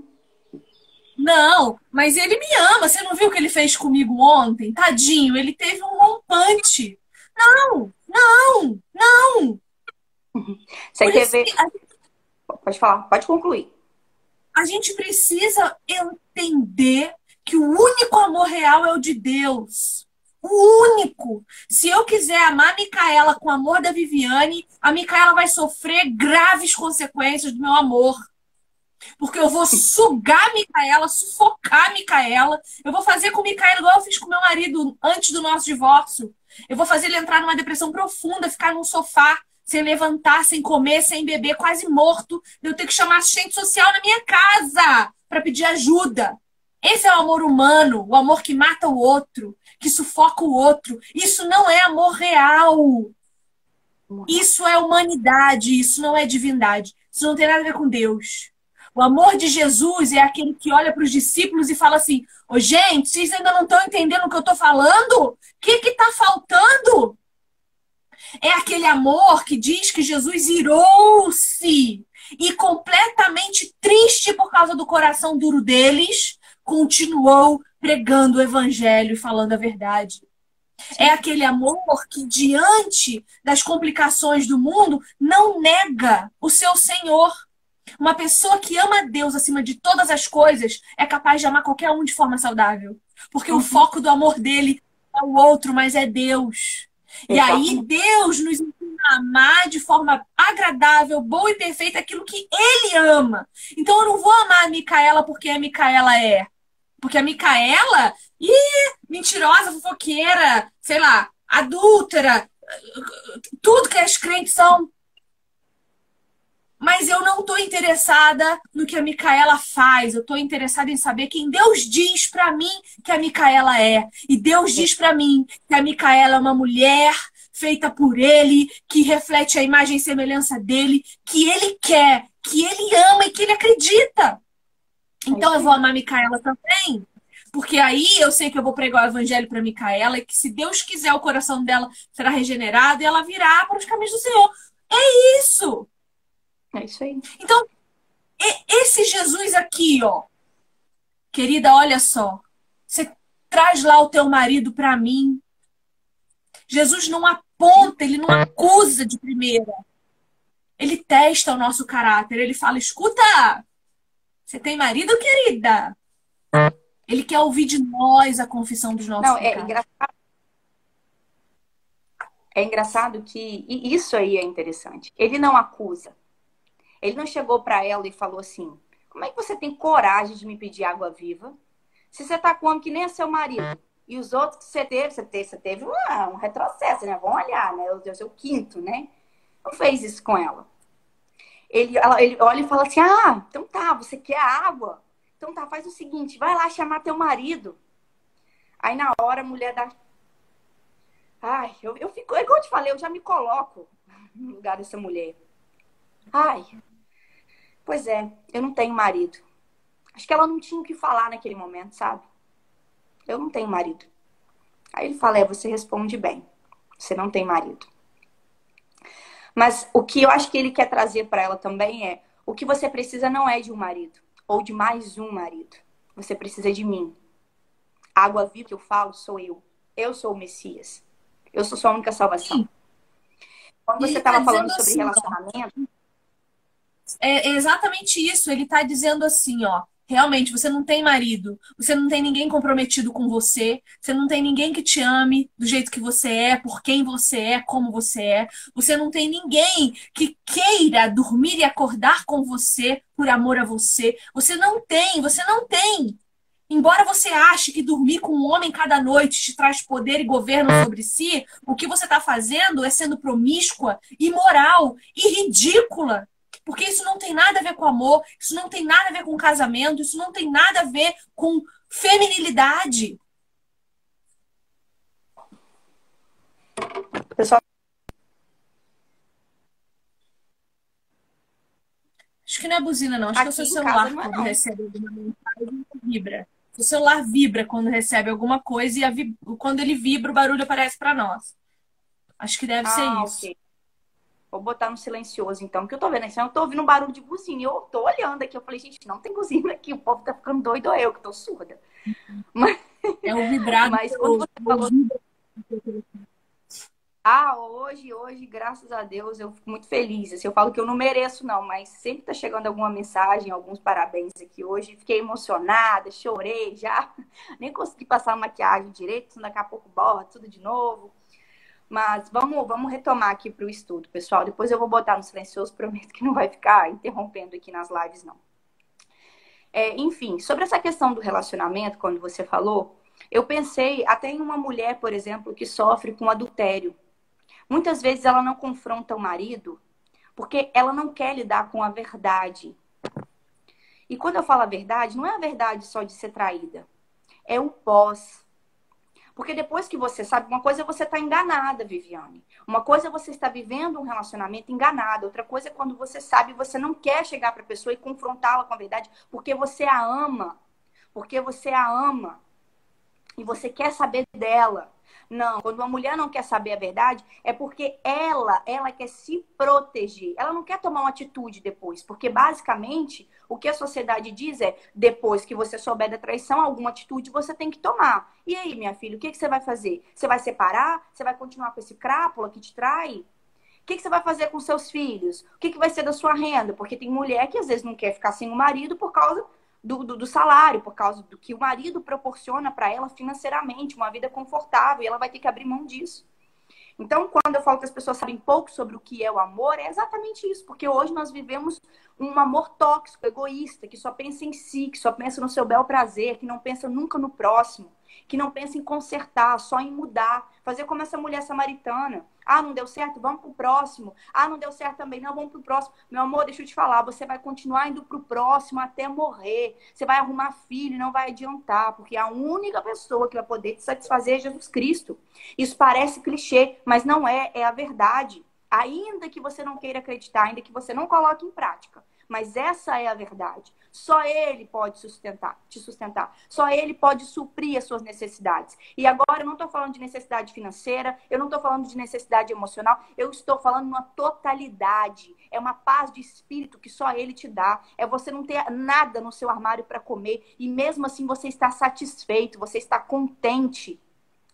Não, mas ele me ama. Você não viu o que ele fez comigo ontem? Tadinho, ele teve um rompante. Não, não, não. Você quer ver? Pode falar, pode concluir. A gente precisa entender que o único amor real é o de Deus. O único. Se eu quiser amar a Micaela com o amor da Viviane, a Micaela vai sofrer graves consequências do meu amor. Porque eu vou sugar a Micaela, sufocar a Micaela. Eu vou fazer com a Micaela igual eu fiz com meu marido antes do nosso divórcio. Eu vou fazer ele entrar numa depressão profunda, ficar num sofá, sem levantar, sem comer, sem beber, quase morto. Eu ter que chamar assistente social na minha casa para pedir ajuda. Esse é o amor humano, o amor que mata o outro, que sufoca o outro. Isso não é amor real. Isso é humanidade, isso não é divindade. Isso não tem nada a ver com Deus. O amor de Jesus é aquele que olha para os discípulos e fala assim, ô, gente, vocês ainda não estão entendendo o que eu estou falando? O que está faltando? É aquele amor que diz que Jesus irou-se e completamente triste por causa do coração duro deles, continuou pregando o evangelho e falando a verdade. É aquele amor que, diante das complicações do mundo, não nega o seu Senhor. Uma pessoa que ama Deus acima de todas as coisas é capaz de amar qualquer um de forma saudável. Porque o foco do amor dele é o outro, mas é Deus. E aí Deus nos ensina a amar de forma agradável, boa e perfeita aquilo que Ele ama. Então eu não vou amar a Micaela porque a Micaela é. Porque a Micaela, mentirosa, fofoqueira, sei lá, adúltera, tudo que as crentes são. Mas eu não estou interessada no que a Micaela faz. Eu estou interessada em saber quem Deus diz para mim que a Micaela é. E Deus diz para mim que a Micaela é uma mulher feita por Ele, que reflete a imagem e semelhança dele, que Ele quer, que Ele ama e que Ele acredita. Então eu vou amar a Micaela também. Porque aí eu sei que eu vou pregar o evangelho para Micaela e que, se Deus quiser, o coração dela será regenerado e ela virá para os caminhos do Senhor. É isso! É isso aí. Então, esse Jesus aqui, ó, querida, olha só, você traz lá o teu marido para mim. Jesus não aponta, ele não acusa de primeira. Ele testa o nosso caráter. Ele fala, escuta, Você tem marido, querida? Ele quer ouvir de nós a confissão dos nossos Não, pecados. é engraçado que e isso aí é interessante. Ele não acusa. Ele não chegou para ela e falou assim: como é que você tem coragem de me pedir água viva? Se você tá com um homem que nem é seu marido. E os outros que você teve um retrocesso, né? Vamos olhar, né? O seu quinto, né? Não fez isso com ela. Ele olha e fala assim: ah, então tá, você quer água? Então tá, faz o seguinte, vai lá chamar teu marido. Aí na hora a mulher dá. Ai, eu fico, é igual eu te falei, eu já me coloco no lugar dessa mulher. Ai, pois é, eu não tenho marido. Acho que ela não tinha o que falar naquele momento, sabe? Eu não tenho marido. Aí ele fala: você responde bem. Você não tem marido. Mas o que eu acho que ele quer trazer para ela também é: o que você precisa não é de um marido ou de mais um marido. Você precisa de mim. A água viva que eu falo sou eu. Eu sou o Messias. Eu sou sua única salvação. Sim. Quando E você ele tá estava falando dizendo sobre assim, relacionamento, é exatamente isso. Ele tá dizendo assim, ó. Realmente, você não tem marido, você não tem ninguém comprometido com você, você não tem ninguém que te ame do jeito que você é, por quem você é, como você é. Você não tem ninguém que queira dormir e acordar com você por amor a você. Você não tem. Embora você ache que dormir com um homem cada noite te traz poder e governo sobre si, o que você está fazendo é sendo promíscua, imoral e ridícula. Porque isso não tem nada a ver com amor, isso não tem nada a ver com casamento, isso não tem nada a ver com feminilidade. o pessoal Acho que não é buzina, não. Acho que é o aqui seu em casa celular, não é quando não. recebe alguma mensagem, vibra. O celular vibra quando recebe alguma coisa e quando ele vibra, o barulho aparece para nós. Acho que deve ser Ah, isso. ok. Vou botar no silencioso então, porque eu tô vendo assim, eu tô ouvindo um barulho de buzina e eu tô olhando aqui, eu falei: gente, não tem buzina aqui, o povo tá ficando doido ou eu que tô surda. Mas, É o vibrado mas quando do você falou: ouvido. ah, hoje, graças a Deus, eu fico muito feliz. Assim, eu falo que eu não mereço, não, mas sempre tá chegando alguma mensagem, alguns parabéns aqui hoje. Fiquei emocionada, chorei já. Nem consegui passar a maquiagem direito, senão daqui a pouco borra tudo de novo. Mas vamos retomar aqui para o estudo, pessoal. Depois eu vou botar no silencioso, prometo que não vai ficar interrompendo aqui nas lives, não. Enfim, sobre essa questão do relacionamento, quando você falou, eu pensei até em uma mulher, por exemplo, que sofre com adultério. Muitas vezes ela não confronta o marido porque ela não quer lidar com a verdade. E quando eu falo a verdade, não é a verdade só de ser traída, é o pós. Porque depois que você sabe, uma coisa é você estar enganada, Viviane. Uma coisa é você estar vivendo um relacionamento enganada. Outra coisa é quando você sabe e você não quer chegar para a pessoa e confrontá-la com a verdade porque você a ama. Porque você a ama. E você quer saber dela. Não, quando uma mulher não quer saber a verdade, é porque ela quer se proteger. Ela não quer tomar uma atitude depois, porque basicamente o que a sociedade diz é: depois que você souber da traição, alguma atitude você tem que tomar. E aí, minha filha, o que você vai fazer? Você vai separar? Você vai continuar com esse crápula que te trai? O que você vai fazer com seus filhos? O que vai ser da sua renda? Porque tem mulher que às vezes não quer ficar sem o marido por causa do salário, por causa do que o marido proporciona para ela financeiramente, uma vida confortável, e ela vai ter que abrir mão disso. Então, quando eu falo que as pessoas sabem pouco sobre o que é o amor, é exatamente isso, porque hoje nós vivemos um amor tóxico, egoísta, que só pensa em si, que só pensa no seu bel prazer, que não pensa nunca no próximo, que não pensa em consertar, só em mudar, fazer como essa mulher samaritana. Ah, não deu certo? Vamos pro próximo. Ah, não deu certo também? Não, vamos pro próximo. Meu amor, deixa eu te falar, você vai continuar indo pro próximo até morrer. Você vai arrumar filho e não vai adiantar, porque a única pessoa que vai poder te satisfazer é Jesus Cristo. Isso parece clichê, mas não é, é a verdade. Ainda que você não queira acreditar, ainda que você não coloque em prática. Mas essa é a verdade. Só Ele pode te sustentar. Só Ele pode suprir as suas necessidades. E agora eu não estou falando de necessidade financeira, eu não estou falando de necessidade emocional, eu estou falando uma totalidade. É uma paz de espírito que só Ele te dá. É você não ter nada no seu armário para comer e mesmo assim você está satisfeito, você está contente.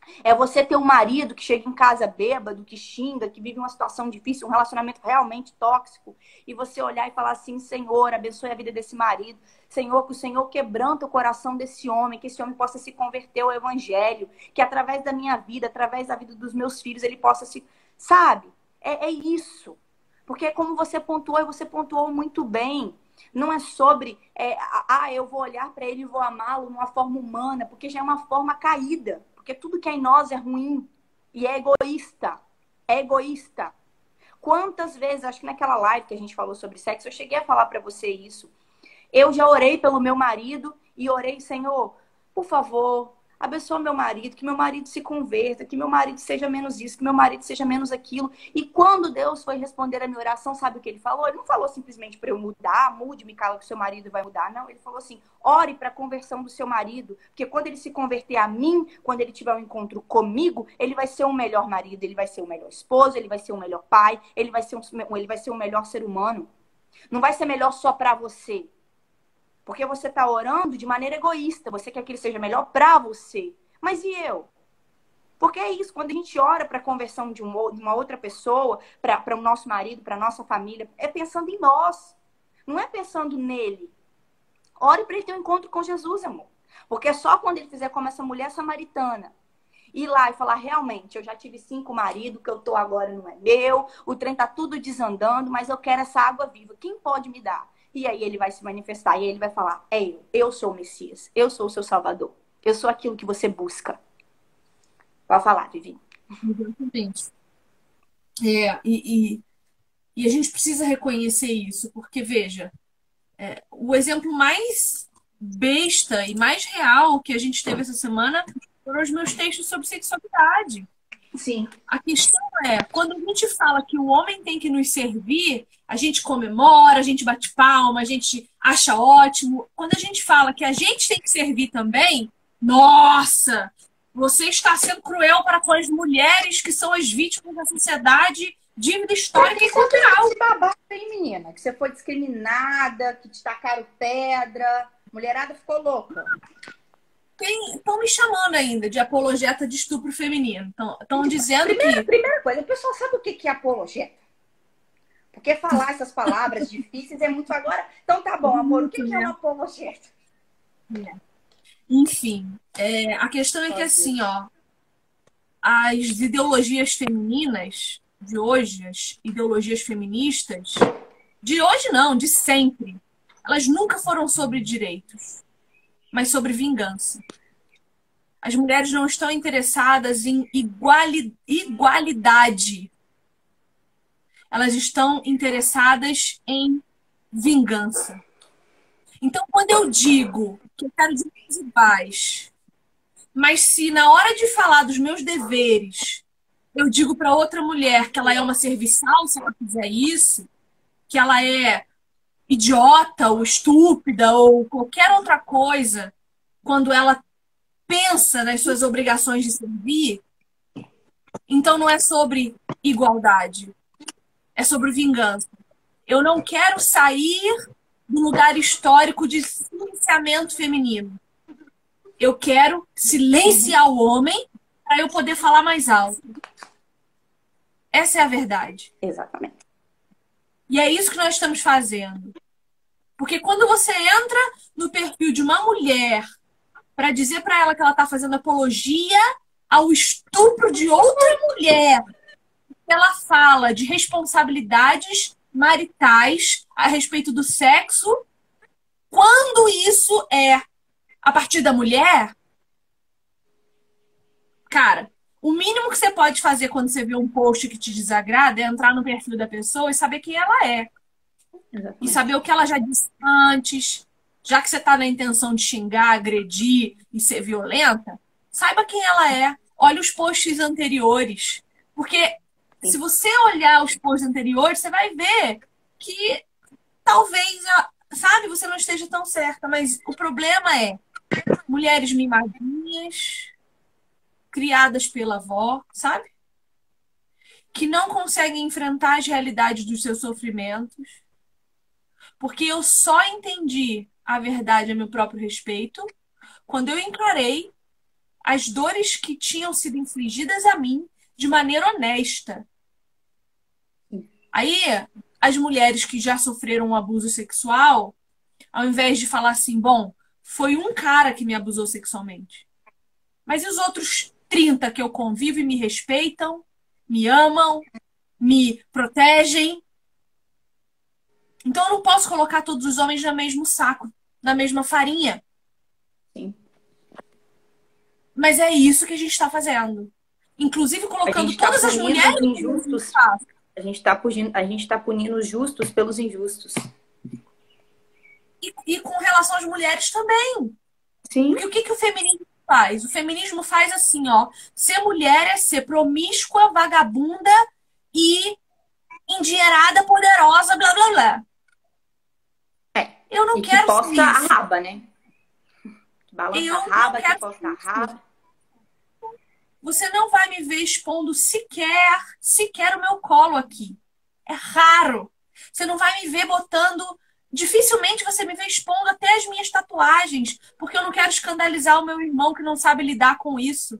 É você ter um marido que chega em casa bêbado, que xinga, que vive uma situação difícil, um relacionamento realmente tóxico, e você olhar e falar assim: Senhor, abençoe a vida desse marido. Senhor, que o Senhor quebranta o coração desse homem, que esse homem possa se converter ao evangelho, que através da minha vida, através da vida dos meus filhos, ele possa se... Sabe? É isso. Porque como você pontuou, e você pontuou muito bem, não é sobre, eu vou olhar para ele e vou amá-lo de uma forma humana, porque já é uma forma caída. Porque tudo que é em nós é ruim e é egoísta. É egoísta. Quantas vezes, acho que naquela live que a gente falou sobre sexo, eu cheguei a falar para você isso. Eu já orei pelo meu marido e orei: Senhor, por favor, abençoa meu marido, que meu marido se converta, que meu marido seja menos isso, que meu marido seja menos aquilo. E quando Deus foi responder a minha oração, sabe o que ele falou? Ele não falou simplesmente para eu mudar, mude, Micaela, que seu marido vai mudar. Não, ele falou assim: ore para a conversão do seu marido, porque quando ele se converter a mim, quando ele tiver um encontro comigo, ele vai ser um melhor marido, ele vai ser um melhor esposo, ele vai ser um melhor pai, ele vai ser um melhor ser humano. Não vai ser melhor só para você. Porque você está orando de maneira egoísta. Você quer que ele seja melhor para você. Mas e eu? Porque é isso. Quando a gente ora para a conversão de uma outra pessoa, para o nosso marido, para a nossa família, é pensando em nós. Não é pensando nele. Ore para ele ter um encontro com Jesus, amor. Porque é só quando ele fizer como essa mulher samaritana, ir lá e falar: realmente, eu já tive 5 maridos, o que eu tô agora não é meu, o trem tá tudo desandando, mas eu quero essa água viva. Quem pode me dar? E aí ele vai se manifestar, e aí ele vai falar: eu sou o Messias, eu sou o seu Salvador, eu sou aquilo que você busca. Pode falar, Vivi. Exatamente. E a gente precisa reconhecer isso, porque, veja, o exemplo mais besta e mais real que a gente teve essa semana foram os meus textos sobre sexualidade. Sim. A questão é, quando a gente fala que o homem tem que nos servir, a gente comemora, a gente bate palma, a gente acha ótimo. Quando a gente fala que a gente tem que servir também, nossa, você está sendo cruel para com as mulheres que são as vítimas da sociedade, dívida histórica e cultural. Esse babado aí, menina, que você foi discriminada, que te tacaram pedra, mulherada ficou louca. Estão me chamando ainda de apologeta de estupro feminino. Estão dizendo Primeira coisa, o pessoal sabe o que é apologeta? Porque falar essas palavras difíceis é muito agora. Então tá bom, amor, o que é uma apologeta? Enfim, a questão é que assim, ó, as ideologias femininas de hoje, as ideologias feministas, de hoje não, de sempre, elas nunca foram sobre direitos, mas sobre vingança. As mulheres não estão interessadas em igualdade. Elas estão interessadas em vingança. Então, quando eu digo que eu quero direitos iguais, mas se na hora de falar dos meus deveres, eu digo para outra mulher que ela é uma serviçal se ela fizer isso, que ela é idiota ou estúpida ou qualquer outra coisa, quando ela pensa nas suas obrigações de servir, então não é sobre igualdade, é sobre vingança. Eu não quero sair do lugar histórico de silenciamento feminino. Eu quero silenciar o homem para eu poder falar mais alto. Essa é a verdade. Exatamente. E é isso que nós estamos fazendo. Porque quando você entra no perfil de uma mulher para dizer para ela que ela está fazendo apologia ao estupro de outra mulher, ela fala de responsabilidades maritais a respeito do sexo, quando isso é a partir da mulher, cara, o mínimo que você pode fazer quando você vê um post que te desagrada é entrar no perfil da pessoa e saber quem ela é. Exatamente. E saber o que ela já disse antes. Já que você está na intenção de xingar, agredir e ser violenta, saiba quem ela é. Olha os posts anteriores. Porque se você olhar os posts anteriores, você vai ver que talvez, sabe, você não esteja tão certa. Mas o problema é mulheres mimadinhas, criadas pela avó, sabe? Que não conseguem enfrentar as realidades dos seus sofrimentos. Porque eu só entendi a verdade a meu próprio respeito quando eu encarei as dores que tinham sido infligidas a mim de maneira honesta. Aí, as mulheres que já sofreram um abuso sexual, ao invés de falar assim, bom, foi um cara que me abusou sexualmente. Mas e os outros 30 que eu convivo e me respeitam, me amam, me protegem? Então eu não posso colocar todos os homens no mesmo saco, na mesma farinha. Sim. Mas é isso que a gente está fazendo. Inclusive colocando tá todas as mulheres injustos. A gente tá punindo os justos pelos injustos. E com relação às mulheres também. Sim. Porque o que o feminismo faz? O feminismo faz assim, ó. Ser mulher é ser promíscua, vagabunda e endinheirada, poderosa, blá, blá, blá. Eu não quero que posta isso. a raba, né? Que balança a raba, que posta a raba. Você não vai me ver expondo sequer o meu colo aqui. É raro. Você não vai me ver botando... Dificilmente você me vê expondo até as minhas tatuagens, porque eu não quero escandalizar o meu irmão que não sabe lidar com isso.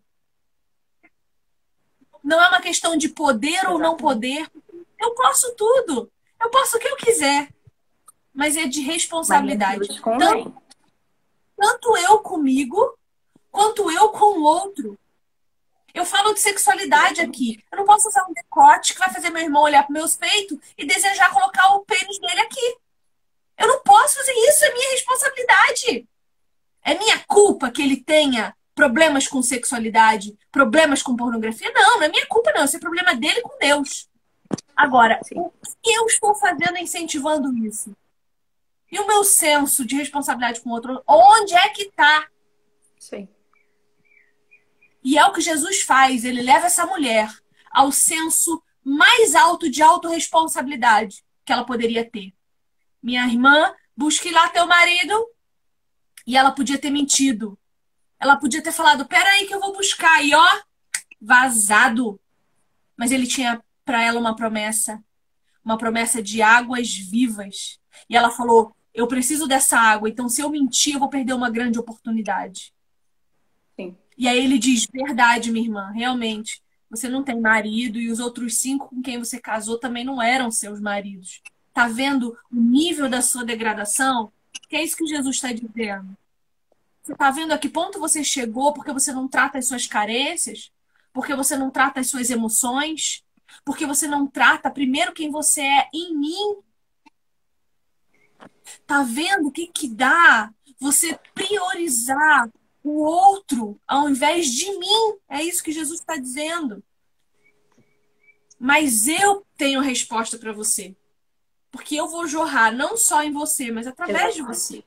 Não é uma questão de poder ou não poder. Eu posso tudo. Eu posso o que eu quiser. Mas é de responsabilidade. Tanto eu comigo, quanto eu com o outro. Eu falo de sexualidade aqui. Eu não posso usar um decote que vai fazer meu irmão olhar para meus peitos e desejar colocar o pênis dele aqui. Eu não posso fazer isso, é minha responsabilidade. É minha culpa que ele tenha problemas com sexualidade, problemas com pornografia? Não é minha culpa, não. Isso é problema dele com Deus. Agora, o que eu estou fazendo incentivando isso? E o meu senso de responsabilidade com o outro, onde é que está? Sim. E é o que Jesus faz. Ele leva essa mulher ao senso mais alto de autorresponsabilidade que ela poderia ter. Minha irmã, busque lá teu marido. E ela podia ter mentido. Ela podia ter falado, peraí que eu vou buscar. E ó, vazado. Mas ele tinha para ela uma promessa de águas vivas. E ela falou, eu preciso dessa água, então se eu mentir, eu vou perder uma grande oportunidade. Sim. E aí ele diz, verdade, minha irmã, realmente, você não tem marido e os outros 5 com quem você casou também não eram seus maridos. Tá vendo o nível da sua degradação? Que é isso que Jesus está dizendo. Você tá vendo a que ponto você chegou porque você não trata as suas carências? Porque você não trata as suas emoções? Porque você não trata primeiro quem você é em mim? Tá vendo o que dá você priorizar o outro ao invés de mim? É isso que Jesus está dizendo. Mas eu tenho a resposta para você. Porque eu vou jorrar não só em você, mas através de você.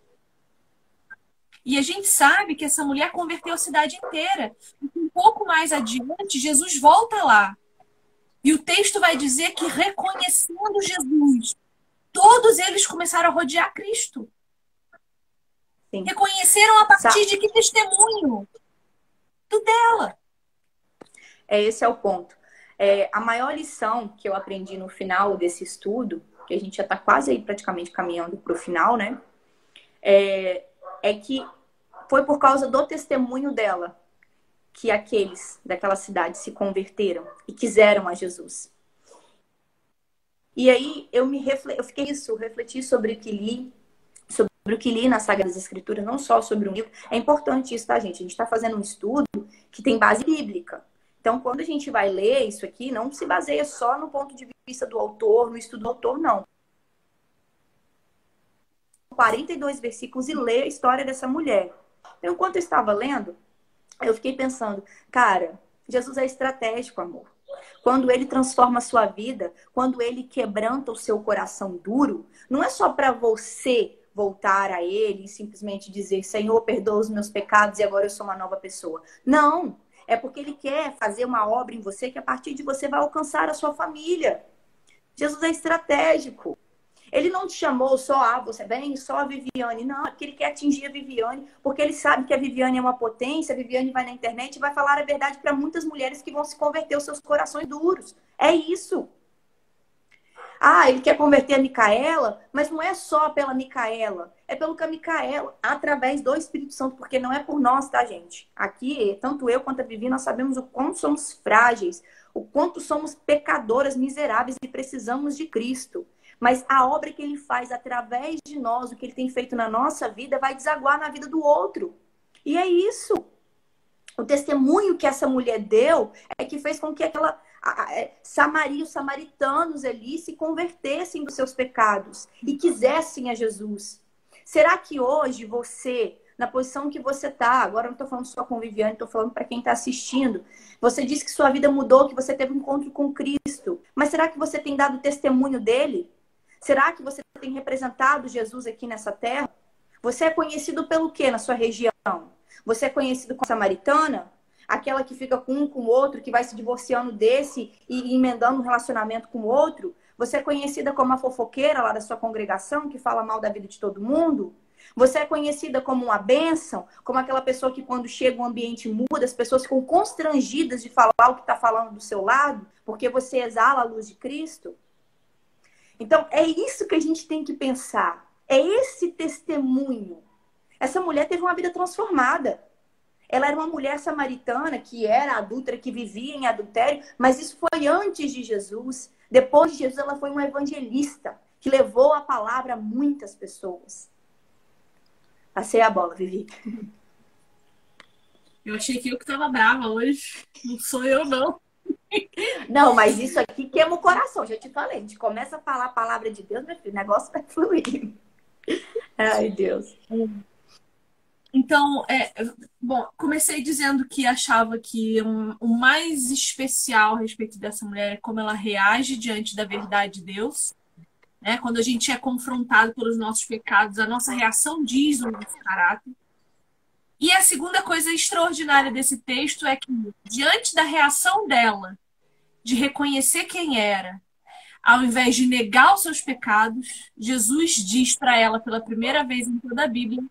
E a gente sabe que essa mulher converteu a cidade inteira. E um pouco mais adiante, Jesus volta lá. E o texto vai dizer que, reconhecendo Jesus, todos eles começaram a rodear Cristo. Sim. Reconheceram a partir de que testemunho? Do dela. Esse é o ponto. A maior lição que eu aprendi no final desse estudo, que a gente já está quase aí praticamente caminhando para o final, né? É que foi por causa do testemunho dela que aqueles daquela cidade se converteram e quiseram a Jesus. E aí eu refleti sobre o que li nas Sagradas Escrituras, não só sobre um livro. É importante isso, tá, gente? A gente está fazendo um estudo que tem base bíblica. Então, quando a gente vai ler isso aqui, não se baseia só no ponto de vista do autor, no estudo do autor, não. 42 versículos e ler a história dessa mulher. Então, enquanto eu estava lendo, eu fiquei pensando, cara, Jesus é estratégico, amor. Quando ele transforma a sua vida, quando ele quebranta o seu coração duro, não é só para você voltar a ele e simplesmente dizer, Senhor, perdoa os meus pecados e agora eu sou uma nova pessoa. Não, é porque ele quer fazer uma obra em você que a partir de você vai alcançar a sua família. Jesus é estratégico. Ele não te chamou só, você vem só a Viviane. Não, é porque ele quer atingir a Viviane, porque ele sabe que a Viviane é uma potência, a Viviane vai na internet e vai falar a verdade para muitas mulheres que vão se converter os seus corações duros. É isso. Ah, ele quer converter a Micaela, mas não é só pela Micaela, é pelo que a Micaela, através do Espírito Santo, porque não é por nós, tá, gente? Aqui, tanto eu quanto a Vivi, nós sabemos o quanto somos frágeis, o quanto somos pecadoras, miseráveis e precisamos de Cristo. Mas a obra que ele faz através de nós, o que ele tem feito na nossa vida, vai desaguar na vida do outro. E é isso. O testemunho que essa mulher deu é que fez com que os samaritanos ali se convertessem dos seus pecados e quisessem a Jesus. Será que hoje você, na posição que você está, agora não estou falando só com Viviane, estou falando para quem está assistindo, você disse que sua vida mudou, que você teve um encontro com Cristo, mas será que você tem dado testemunho dele? Será que você tem representado Jesus aqui nessa terra? Você é conhecido pelo quê na sua região? Você é conhecido como samaritana? Aquela que fica com um com o outro, que vai se divorciando desse e emendando um relacionamento com o outro? Você é conhecida como a fofoqueira lá da sua congregação, que fala mal da vida de todo mundo? Você é conhecida como uma bênção? Como aquela pessoa que quando chega um ambiente muda, as pessoas ficam constrangidas de falar o que está falando do seu lado, porque você exala a luz de Cristo? Então, é isso que a gente tem que pensar. É esse testemunho. Essa mulher teve uma vida transformada. Ela era uma mulher samaritana, que era adúltera, que vivia em adultério, mas isso foi antes de Jesus. Depois de Jesus, ela foi uma evangelista, que levou a palavra a muitas pessoas. Passei a bola, Vivi. Eu achei que eu que estava brava hoje. Não sou eu, não. Não, mas isso aqui queima o coração, já te falei. A gente começa a falar a palavra de Deus, meu filho, o negócio vai fluir. Ai, Deus. Então, bom, comecei dizendo que achava que o mais especial a respeito dessa mulher é como ela reage diante da verdade de Deus. Né? Quando a gente é confrontado pelos nossos pecados, a nossa reação diz o nosso caráter. E a segunda coisa extraordinária desse texto é que, diante da reação dela, de reconhecer quem era, ao invés de negar os seus pecados, Jesus diz para ela pela primeira vez em toda a Bíblia: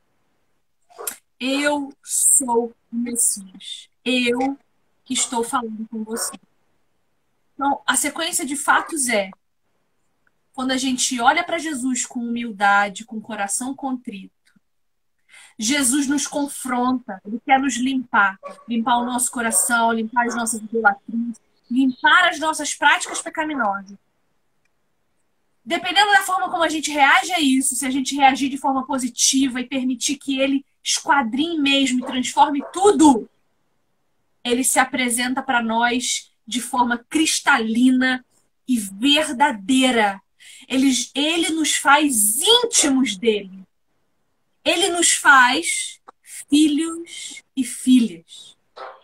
eu sou o Messias. Eu que estou falando com você. Então, a sequência de fatos é: quando a gente olha para Jesus com humildade, com coração contrito, Jesus nos confronta, ele quer nos limpar. Limpar o nosso coração, limpar as nossas idolatrias, limpar as nossas práticas pecaminosas. Dependendo da forma como a gente reage a isso, se a gente reagir de forma positiva e permitir que ele esquadrinhe mesmo e transforme tudo, ele se apresenta para nós de forma cristalina e verdadeira. Ele nos faz íntimos dele. Ele nos faz filhos e filhas.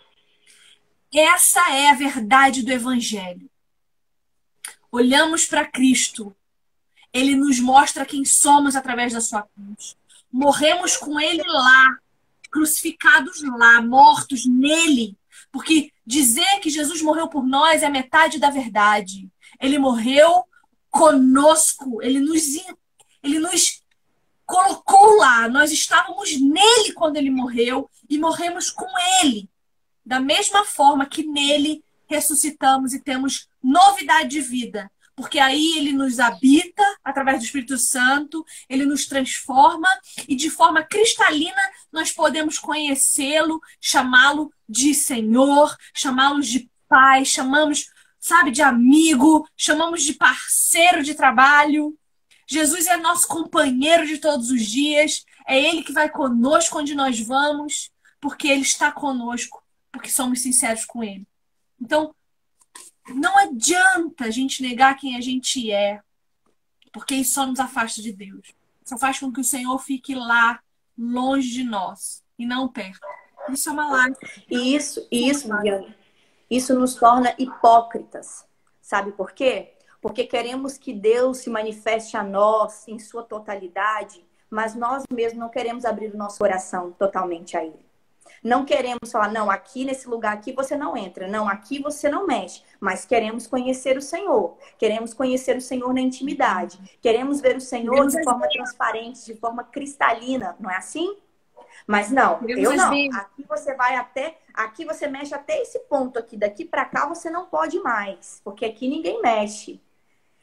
Essa é a verdade do Evangelho. Olhamos para Cristo. Ele nos mostra quem somos através da sua cruz. Morremos com ele lá, crucificados lá, mortos nele. Porque dizer que Jesus morreu por nós é metade da verdade. Ele morreu conosco. Ele nos colocou lá. Nós estávamos nele quando ele morreu e morremos com ele. Da mesma forma que nele ressuscitamos e temos novidade de vida. Porque aí ele nos habita através do Espírito Santo, ele nos transforma e de forma cristalina nós podemos conhecê-lo, chamá-lo de Senhor, chamá-lo de Pai, chamamos, sabe, de amigo, chamamos de parceiro de trabalho. Jesus é nosso companheiro de todos os dias, é ele que vai conosco onde nós vamos, porque ele está conosco, porque somos sinceros com ele. Então, não adianta a gente negar quem a gente é, porque isso só nos afasta de Deus. Só faz com que o Senhor fique lá, longe de nós, e não perto. Isso é uma lágrima. Isso, Viviane. Isso nos torna hipócritas. Sabe por quê? Porque queremos que Deus se manifeste a nós em sua totalidade, mas nós mesmos não queremos abrir o nosso coração totalmente a Ele. Não queremos falar, não, aqui nesse lugar aqui você não entra, não, aqui você não mexe, mas queremos conhecer o Senhor, queremos conhecer o Senhor na intimidade, queremos ver o Senhor de forma transparente, de forma cristalina, não é assim? Mas não, eu não, aqui você vai até, aqui você mexe até esse ponto aqui, daqui para cá você não pode mais, porque aqui ninguém mexe.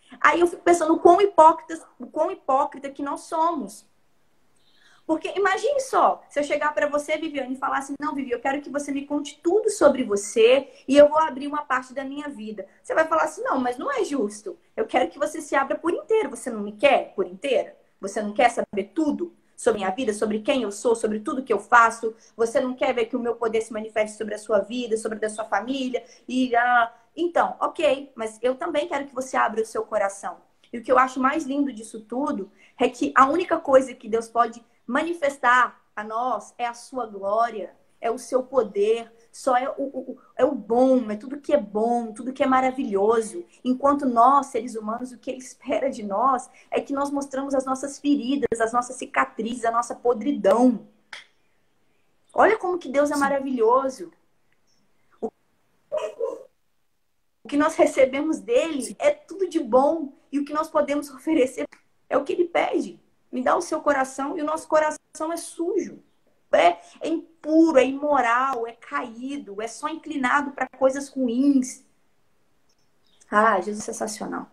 Aí eu fico pensando o quão hipócrita que nós somos. Porque imagine só, se eu chegar para você, Viviane, e falar assim, não, Vivi, eu quero que você me conte tudo sobre você e eu vou abrir uma parte da minha vida. Você vai falar assim, não, mas não é justo. Eu quero que você se abra por inteiro. Você não me quer por inteira? Você não quer saber tudo sobre a minha vida, sobre quem eu sou, sobre tudo que eu faço? Você não quer ver que o meu poder se manifeste sobre a sua vida, sobre a da sua família? Então, ok, mas eu também quero que você abra o seu coração. E o que eu acho mais lindo disso tudo é que a única coisa que Deus pode manifestar a nós é a sua glória, é o seu poder, só é o bom, é tudo que é bom, tudo que é maravilhoso. Enquanto nós, seres humanos, o que Ele espera de nós é que nós mostramos as nossas feridas, as nossas cicatrizes, a nossa podridão. Olha como que Deus é maravilhoso. O que nós recebemos dele é tudo de bom e o que nós podemos oferecer é o que Ele pede. Me dá o seu coração e o nosso coração é sujo. É impuro, é imoral, é caído, é só inclinado para coisas ruins. Ah, Jesus é sensacional.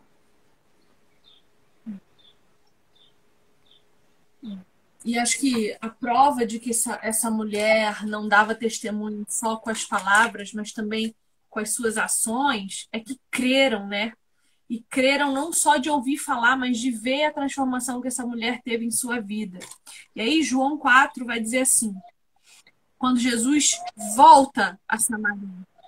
E acho que a prova de que essa mulher não dava testemunho só com as palavras, mas também com as suas ações, é que creram, né? E creram não só de ouvir falar, mas de ver a transformação que essa mulher teve em sua vida. E aí João 4 vai dizer assim, quando Jesus volta a Samaria.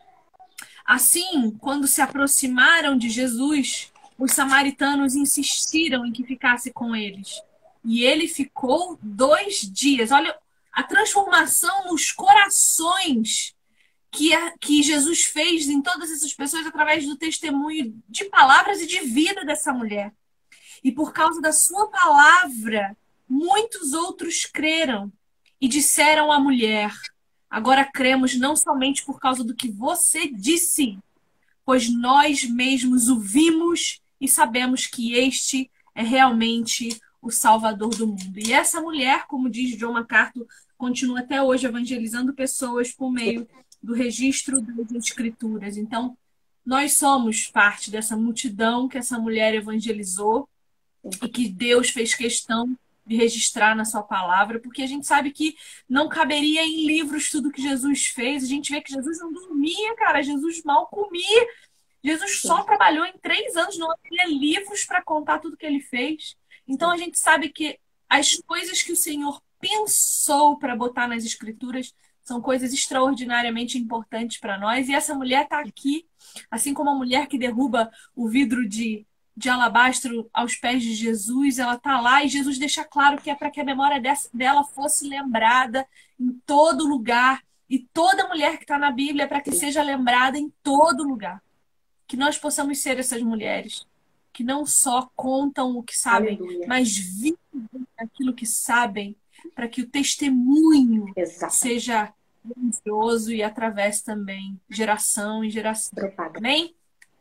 Assim, quando se aproximaram de Jesus, os samaritanos insistiram em que ficasse com eles. E ele ficou 2 dias. Olha a transformação nos corações que Jesus fez em todas essas pessoas através do testemunho de palavras e de vida dessa mulher. E por causa da sua palavra, muitos outros creram e disseram à mulher: agora cremos não somente por causa do que você disse, pois nós mesmos o vimos e sabemos que este é realmente o Salvador do mundo. E essa mulher, como diz John MacArthur, continua até hoje evangelizando pessoas por meio do registro das Escrituras. Então, nós somos parte dessa multidão que essa mulher evangelizou e que Deus fez questão de registrar na sua palavra, porque a gente sabe que não caberia em livros tudo que Jesus fez. A gente vê que Jesus não dormia, cara. Jesus mal comia. Jesus só trabalhou em 3 anos, não havia livros para contar tudo que ele fez. Então a gente sabe que as coisas que o Senhor pensou para botar nas Escrituras são coisas extraordinariamente importantes para nós. E essa mulher está aqui, assim como a mulher que derruba o vidro de alabastro aos pés de Jesus, ela está lá e Jesus deixa claro que é para que a memória dela fosse lembrada em todo lugar. E toda mulher que está na Bíblia é para que seja lembrada em todo lugar. Que nós possamos ser essas mulheres que não só contam o que sabem, Aleluia. mas vivem aquilo que sabem, para que o testemunho Exato. seja grandioso e atravesse também geração em geração. Propaga. Amém?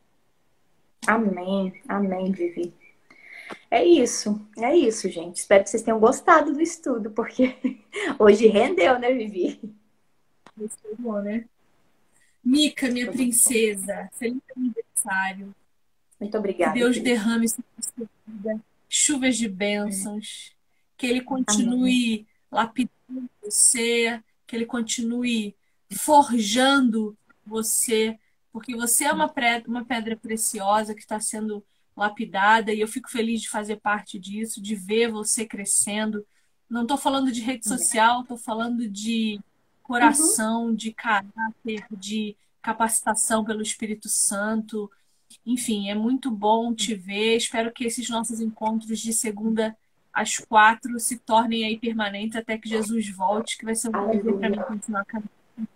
Amém. Amém, Vivi. É isso, gente. Espero que vocês tenham gostado do estudo, porque hoje rendeu, né, Vivi? Foi bom, né? Mica, minha princesa, feliz aniversário. Muito obrigada. Que Deus Vivi. derrame sobre a sua vida chuvas de bênçãos. Que Ele continue lapidando você, que Ele continue forjando você, porque você é uma pedra preciosa que está sendo lapidada e eu fico feliz de fazer parte disso, de ver você crescendo. Não estou falando de rede social, estou falando de coração, de caráter, de capacitação pelo Espírito Santo. Enfim, é muito bom te ver. Espero que esses nossos encontros de segunda às 4 se tornem aí permanentes até que Jesus volte, que vai ser um prazer para mim continuar caminhando.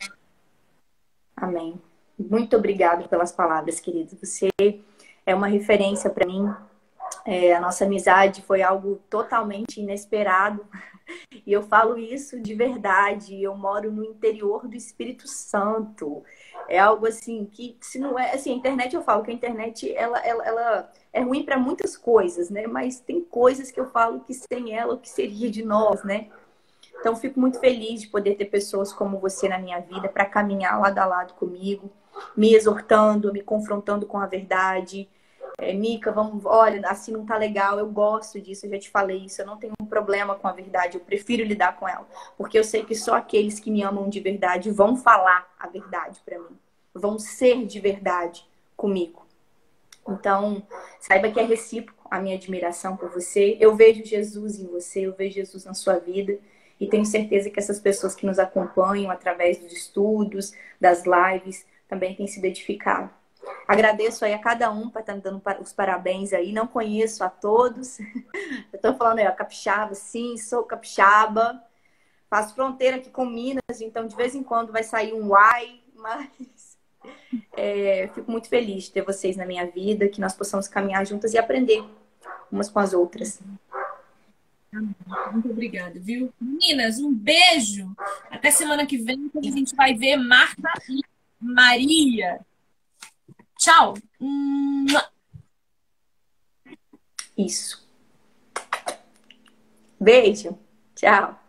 Amém. Muito obrigada pelas palavras, querido. Você é uma referência para mim. A nossa amizade foi algo totalmente inesperado. E eu falo isso de verdade. Eu moro no interior do Espírito Santo. É algo assim que, se não é assim, a internet, eu falo que a internet ela é ruim para muitas coisas, né? Mas tem coisas que eu falo que sem ela, o que seria de nós, né? Então, fico muito feliz de poder ter pessoas como você na minha vida para caminhar lado a lado comigo, me exortando, me confrontando com a verdade. Mica, vamos, olha, assim não tá legal, eu gosto disso, eu já te falei isso, eu não tenho um problema com a verdade, eu prefiro lidar com ela, porque eu sei que só aqueles que me amam de verdade vão falar a verdade pra mim, vão ser de verdade comigo. Então, saiba que é recíproco a minha admiração por você. Eu vejo Jesus em você, eu vejo Jesus na sua vida. E tenho certeza que essas pessoas que nos acompanham através dos estudos, das lives, também têm sido edificadas. Agradeço aí a cada um para estar me dando os parabéns aí. Não conheço a todos. Eu estou falando aí, ó, capixaba, sim, sou capixaba. Faço fronteira aqui com Minas, então de vez em quando vai sair um uai, mas fico muito feliz de ter vocês na minha vida, que nós possamos caminhar juntas e aprender umas com as outras. Muito obrigada, viu? Meninas, um beijo. Até semana que vem, que a gente vai ver Marta e Maria. Tchau. Isso. Beijo. Tchau.